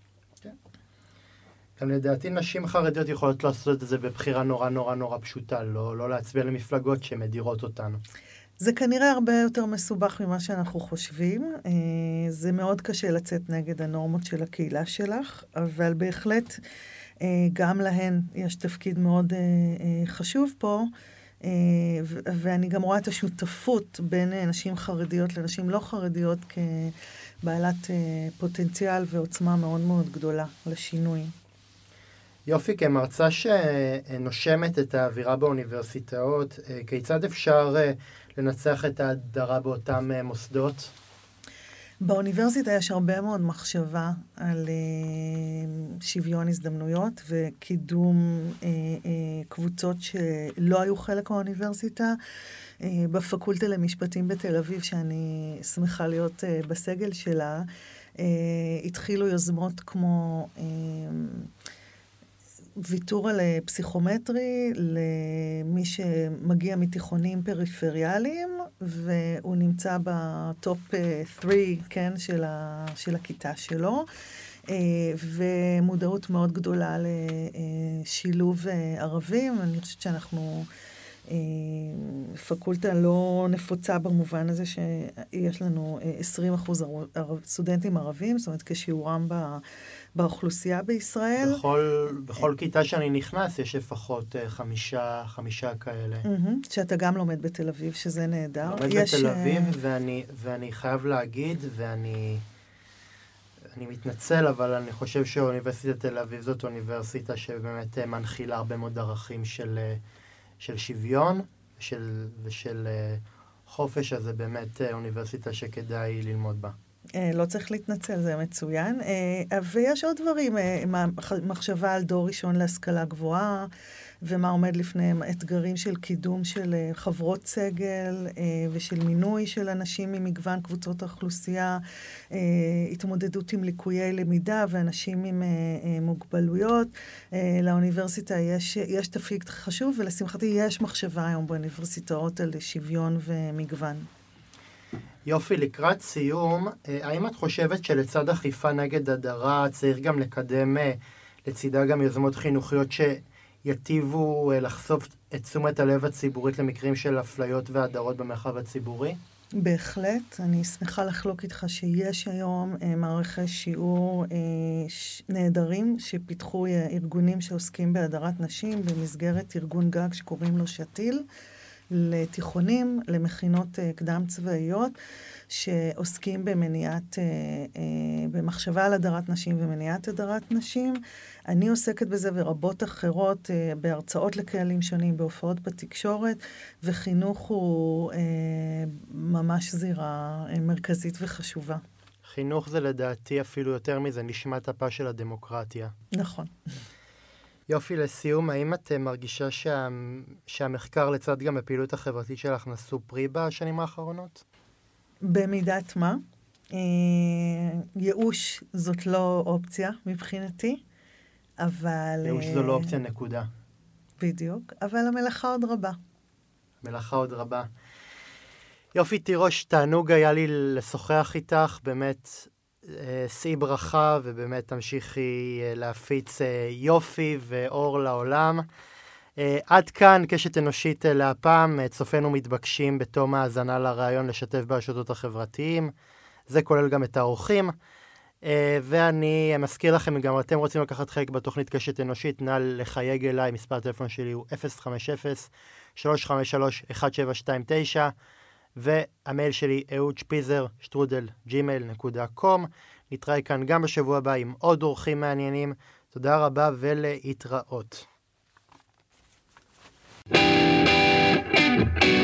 גם לדעתי נשים חרדיות יכולות לעשות את זה בבחירה נורא פשוטה, לא להצביע למפלגות שמדירות אותנו. זה כנראה הרבה יותר מסובך ממה שאנחנו חושבים. זה מאוד קשה לצאת נגד הנורמות של הקהילה שלך, אבל בהחלט גם להן יש תפקיד מאוד חשוב פה, ואני גם רואה את השותפות בין נשים חרדיות לנשים לא חרדיות כבעלת פוטנציאל ועוצמה מאוד מאוד גדולה לשינוי. יופי, כמרצה שנושמת את האווירה באוניברסיטאות, כיצד אפשר לנצח את ההדרה באותם מוסדות? באוניברסיטה יש הרבה מאוד מחשבה על שוויון הזדמנויות וקידום קבוצות שלא היו חלק מהאוניברסיטה. בפקולטה למשפטים בתל אביב, שאני שמחה להיות בסגל שלה, התחילו יוזמות כמו ויתור על פסיכומטרי למי שמגיע מתיכונים פריפריאליים, והוא נמצא בטופ 3, כן, של הכיתה שלו, ומודעות מאוד גדולה לשילוב ערבים. אני חושבת שאנחנו פקולטה לא נפוצה במובן הזה שיש לנו 20% סטודנטים ערבים, זאת אומרת כשיעורם באוכלוסייה בישראל. בכל כיתה שאני נכנס יש לפחות 5 כאלה. שאתה גם לומד בתל אביב, שזה נהדר. לומד בתל אביב, ואני חייב להגיד, ואני מתנצל, אבל אני חושב שאוניברסיטת תל אביב זאת אוניברסיטה שבאמת מנחילה הרבה מאוד ערכים של שוויון ושל חופש, אז זה באמת אוניברסיטה שכדאי ללמוד בה. לא צריך להתנצל, זה מצוין. ויש עוד דברים, מחשבה על דור ראשון להשכלה גבוהה, ומה עומד לפניהם, אתגרים של קידום של חברות סגל, ושל מינוי של אנשים ממגוון קבוצות האוכלוסייה, התמודדות עם ליקויי למידה ואנשים עם מוגבלויות. לאוניברסיטה יש תפקיד חשוב, ולשמחתי יש מחשבה היום באוניברסיטאות על שוויון ומגוון. יופי, לקראת סיום, האם את חושבת שלצד אכיפה נגד הדרה צריך גם לקדם לצידה גם יוזמות חינוכיות שיטיבו לחשוף את תשומת הלב הציבורית למקרים של אפליות והדרות במרחב הציבורי? בהחלט, אני שמחה לחלוק איתך שיש היום מערכי שיעור נהדרים שפיתחו ארגונים שעוסקים בהדרת נשים במסגרת ארגון גג שקוראים לו שתיל, לתיכונים, למכינות קדם צבאיות, שעוסקים במחשבה על הדרת נשים ומניעת הדרת נשים. אני עוסקת בזה ורבות אחרות בהרצאות לקהלים שונים, בהופעות בתקשורת, וחינוך הוא ממש זירה מרכזית וחשובה. חינוך זה לדעתי אפילו יותר מזה, נשמת אפה של הדמוקרטיה. נכון. יופי, לסיום, האם את מרגישה שהמחקר לצד גם הפעילות החברתית שלך נשאו פרי בשנים האחרונות? במידת מה. ייאוש זאת לא אופציה מבחינתי, אבל... ייאוש זו לא אופציה, נקודה. בדיוק, אבל המלאכה עוד רבה. המלאכה עוד רבה. יופי, תירוש, תענוג היה לי לשוחח איתך, באמת שאי ברכה, ובאמת תמשיכי להפיץ יופי ואור לעולם. עד כאן קשת אנושית להפעם, צופינו מתבקשים בתום ההאזנה לרעיון לשתף ברשתות החברתיים, זה כולל גם את האורחים, ואני מזכיר לכם, אם גם אתם רוצים לקחת חלק בתוכנית קשת אנושית, נא לחייג אליי, מספר הטלפון שלי הוא 050 והמייל שלי ehud-shpizer@gmail.com. נתראה כאן גם בשבוע הבא עם עוד אורחים מעניינים. תודה רבה ולהתראות.